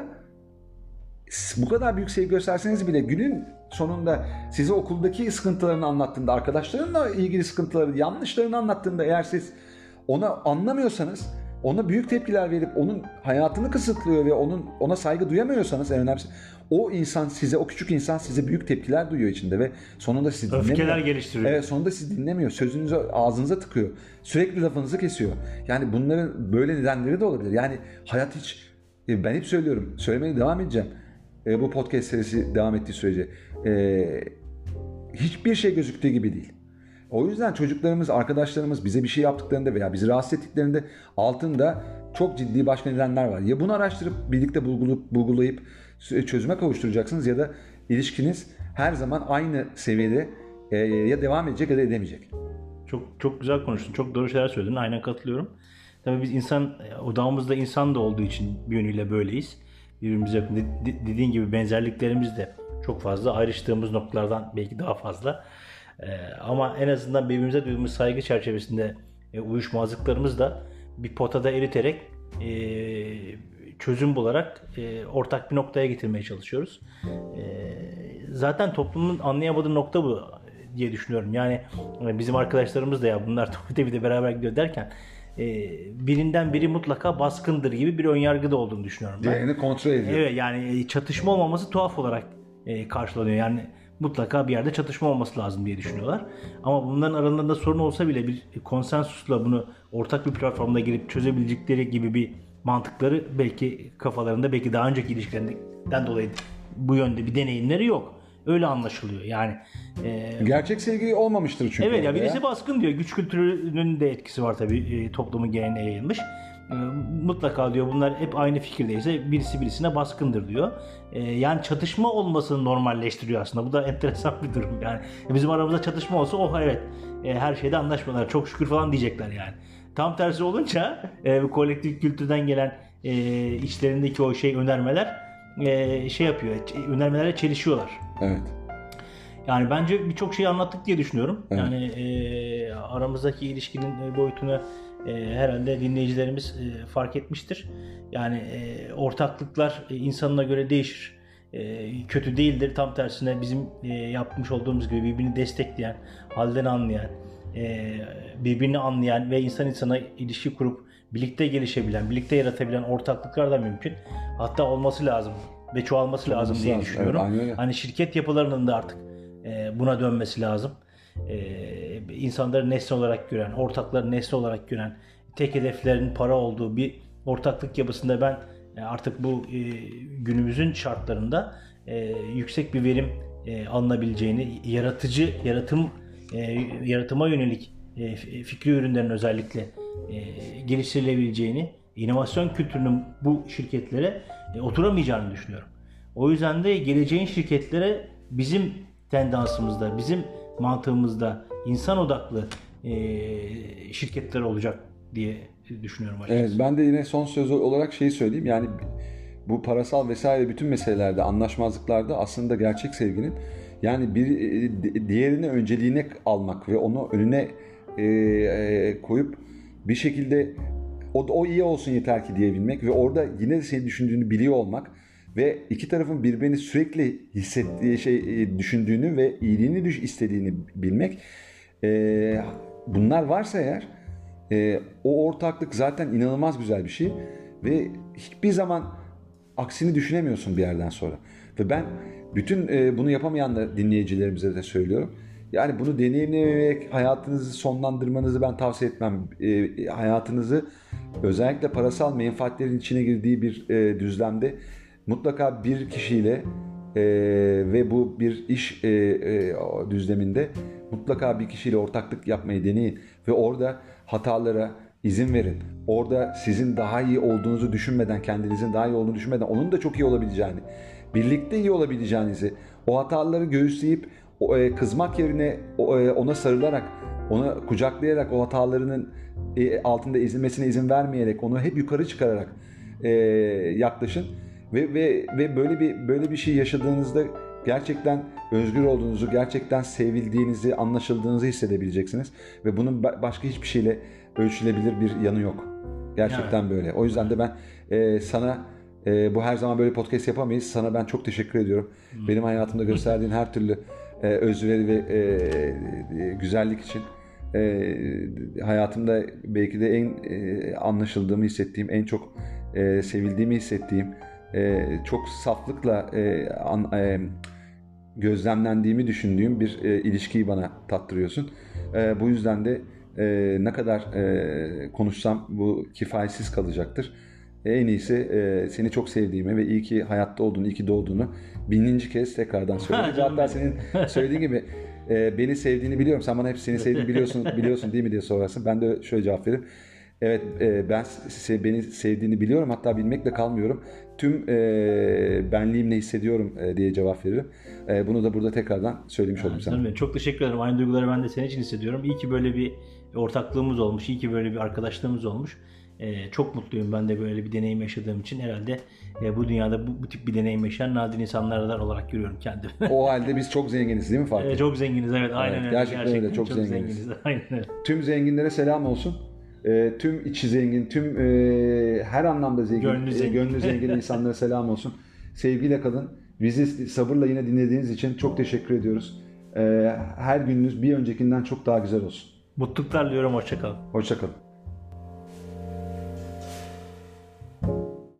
bu kadar büyük sevgi gösterseniz bile günün sonunda size okuldaki sıkıntılarını anlattığında, arkadaşlarınla ilgili sıkıntıları, yanlışlarını anlattığında eğer siz ona anlamıyorsanız, ona büyük tepkiler verip onun hayatını kısıtlıyor ve onun ona saygı duyamıyorsanız, en önemlisi o insan size, o küçük insan size büyük tepkiler duyuyor içinde ve sonunda sizi dinlemiyor. Öfkeler geliştiriyor. Evet, sonunda sizi dinlemiyor. Sözünüzü ağzınıza tıkıyor. Sürekli lafınızı kesiyor. Yani bunların böyle nedenleri de olabilir. Yani hayat hiç, ben hep söylüyorum, söylemeye devam edeceğim. E, bu podcast serisi devam ettiği sürece e, hiçbir şey gözüktüğü gibi değil. O yüzden çocuklarımız, arkadaşlarımız bize bir şey yaptıklarında veya bizi rahatsız ettiklerinde altında çok ciddi başka nedenler var. Ya bunu araştırıp birlikte bulgulayıp, bulgulayıp çözüme kavuşturacaksınız ya da ilişkiniz her zaman aynı seviyede e, ya devam edecek ya da edemeyecek. Çok çok güzel konuştun. Çok doğru şeyler söyledin. Aynen katılıyorum. Tabii biz insan, odağımızda insan da olduğu için bir yönüyle böyleyiz. Birbirimize yakın. Dediğin gibi benzerliklerimiz de çok fazla. Ayrıştığımız noktalardan belki daha fazla. Ee, ama en azından birbirimize duyduğumuz saygı çerçevesinde e, uyuşmazlıklarımız da bir potada eriterek e, çözüm bularak e, ortak bir noktaya getirmeye çalışıyoruz. E, zaten toplumun anlayamadığı nokta bu diye düşünüyorum. Yani bizim arkadaşlarımız da ya bunlar bir de beraber gidiyor derken e, birinden biri mutlaka baskındır gibi bir önyargı da olduğunu düşünüyorum ben. Diğerini kontrol ediyor. Evet, yani çatışma olmaması tuhaf olarak e, karşılanıyor. Yani mutlaka bir yerde çatışma olması lazım diye düşünüyorlar. Ama bunların aralarında sorun olsa bile bir konsensusla bunu ortak bir platformda girip çözebilecekleri gibi bir mantıkları belki kafalarında, belki daha önceki ilişkilerinden dolayı bu yönde bir deneyimleri yok. Öyle anlaşılıyor. Yani e, gerçek sevgi olmamıştır çünkü. Evet ya, birisi ya. baskın diyor. Güç kültürünün de etkisi var tabii, e, toplumun geneline yayılmış. E, mutlaka diyor bunlar hep aynı fikirdeyse birisi birisine baskındır diyor. E, yani çatışma olmasını normalleştiriyor aslında. Bu da enteresan bir durum. Yani bizim aramızda çatışma olsa oh evet e, her şeyde anlaşmalar çok şükür falan diyecekler yani. Tam tersi olunca e, bu kolektif kültürden gelen e, içlerindeki o şey önermeler e, şey yapıyor. Önermelerle çelişiyorlar. Evet. Yani bence birçok şeyi anlattık diye düşünüyorum. Evet. Yani e, aramızdaki ilişkinin boyutunu e, herhalde dinleyicilerimiz e, fark etmiştir. Yani e, ortaklıklar e, insanına göre değişir. E, kötü değildir. Tam tersine bizim e, yapmış olduğumuz gibi birbirini destekleyen, halden anlayan, e, birbirini anlayan ve insan insana ilişki kurup birlikte gelişebilen, birlikte yaratabilen ortaklıklar da mümkün. Hatta olması lazım ve çoğalması lazım Olması diye lazım. düşünüyorum. Evet, hani şirket yapılarının da artık buna dönmesi lazım. Ee, insanları nesne olarak gören, ortakları nesne olarak gören, tek hedeflerin para olduğu bir ortaklık yapısında ben artık bu e, günümüzün şartlarında e, yüksek bir verim e, alınabileceğini, yaratıcı, yaratım, e, yaratıma yönelik e, fikri ürünlerin özellikle e, geliştirilebileceğini, inovasyon kültürünün bu şirketlere e, oturamayacağını düşünüyorum. O yüzden de geleceğin şirketlere bizim tendansımızda, bizim mantığımızda insan odaklı e, şirketler olacak diye düşünüyorum açıkçası. Evet, ben de yine son söz olarak şeyi söyleyeyim. Yani bu parasal vesaire bütün meselelerde, anlaşmazlıklarda aslında gerçek sevginin yani bir diğerine önceliğine almak ve onu önüne e, e, koyup bir şekilde o, o iyi olsun yeter ki diyebilmek ve orada yine de senin düşündüğünü biliyor olmak ve iki tarafın birbirini sürekli hissettiği şey düşündüğünü ve iyiliğini düş istediğini bilmek. E, bunlar varsa eğer e, o ortaklık zaten inanılmaz güzel bir şey ve hiçbir zaman aksini düşünemiyorsun bir yerden sonra. Ve ben bütün e, bunu yapamayan da dinleyicilerimize de söylüyorum. Yani bunu deneyimlemek, hayatınızı sonlandırmanızı ben tavsiye etmem. E, hayatınızı özellikle parasal menfaatlerin içine girdiği bir e, düzlemde mutlaka bir kişiyle e, ve bu bir iş e, e, düzleminde mutlaka bir kişiyle ortaklık yapmayı deneyin. Ve orada hatalara izin verin. Orada sizin daha iyi olduğunuzu düşünmeden, kendinizin daha iyi olduğunu düşünmeden onun da çok iyi olabileceğini, birlikte iyi olabileceğinizi, o hataları göğüsleyip kızmak yerine ona sarılarak, ona kucaklayarak, o hatalarının altında ezilmesine izin vermeyerek, onu hep yukarı çıkararak yaklaşın ve ve ve böyle bir böyle bir şey yaşadığınızda gerçekten özgür olduğunuzu, gerçekten sevildiğinizi, anlaşıldığınızı hissedebileceksiniz ve bunun başka hiçbir şeyle ölçülebilir bir yanı yok. Gerçekten evet. Böyle. O yüzden de ben e, sana e, bu her zaman böyle podcast yapamayız. Sana ben çok teşekkür ediyorum. Hmm. Benim hayatımda gösterdiğin her türlü e, özveri ve e, e, güzellik için e, hayatımda belki de en e, anlaşıldığımı hissettiğim, en çok e, sevildiğimi hissettiğim, e, çok saflıkla e, an, e, gözlemlendiğimi düşündüğüm bir e, ilişkiyi bana tattırıyorsun. E, bu yüzden de e, ne kadar e, konuşsam bu kifayetsiz kalacaktır. E, en iyisi e, seni çok sevdiğimi ve iyi ki hayatta olduğunu, iyi ki doğduğunu bininci kez tekrardan söyleyeyim. Hatta senin söylediğin gibi e, beni sevdiğini biliyorum. Sen bana hep seni sevdiğini biliyorsun, biliyorsun değil mi diye sorarsın. Ben de şöyle cevap veririm. Evet, e, ben se- beni sevdiğini biliyorum, hatta bilmekle kalmıyorum. Tüm e, benliğimle hissediyorum e, diye cevap veririm. E, bunu da burada tekrardan söylemiş oldum sana. Benim. Çok teşekkür ederim. Aynı duyguları ben de senin için hissediyorum. İyi ki böyle bir ortaklığımız olmuş, iyi ki böyle bir arkadaşlığımız olmuş. E, çok mutluyum ben de böyle bir deneyim yaşadığım için. Herhalde e, bu dünyada bu, bu tip bir deneyim yaşayan nadir insanlardan olarak görüyorum kendimi. O halde biz çok zenginiz değil mi Fatih? E, çok zenginiz, evet. Aynen evet, öyle. Gerçekten, gerçekten öyle. Çok, çok zenginiz. zenginiz. Aynen öyle. Tüm zenginlere selam olsun. E, tüm içi zengin, tüm e, her anlamda zengin, gönlü zengin, e, gönlü zengin insanlara selam olsun. Sevgiyle kalın. Bizi sabırla yine dinlediğiniz için çok teşekkür ediyoruz. E, her gününüz bir öncekinden çok daha güzel olsun. Mutluluklar diliyorum. Hoşça kalın. Hoşça kalın.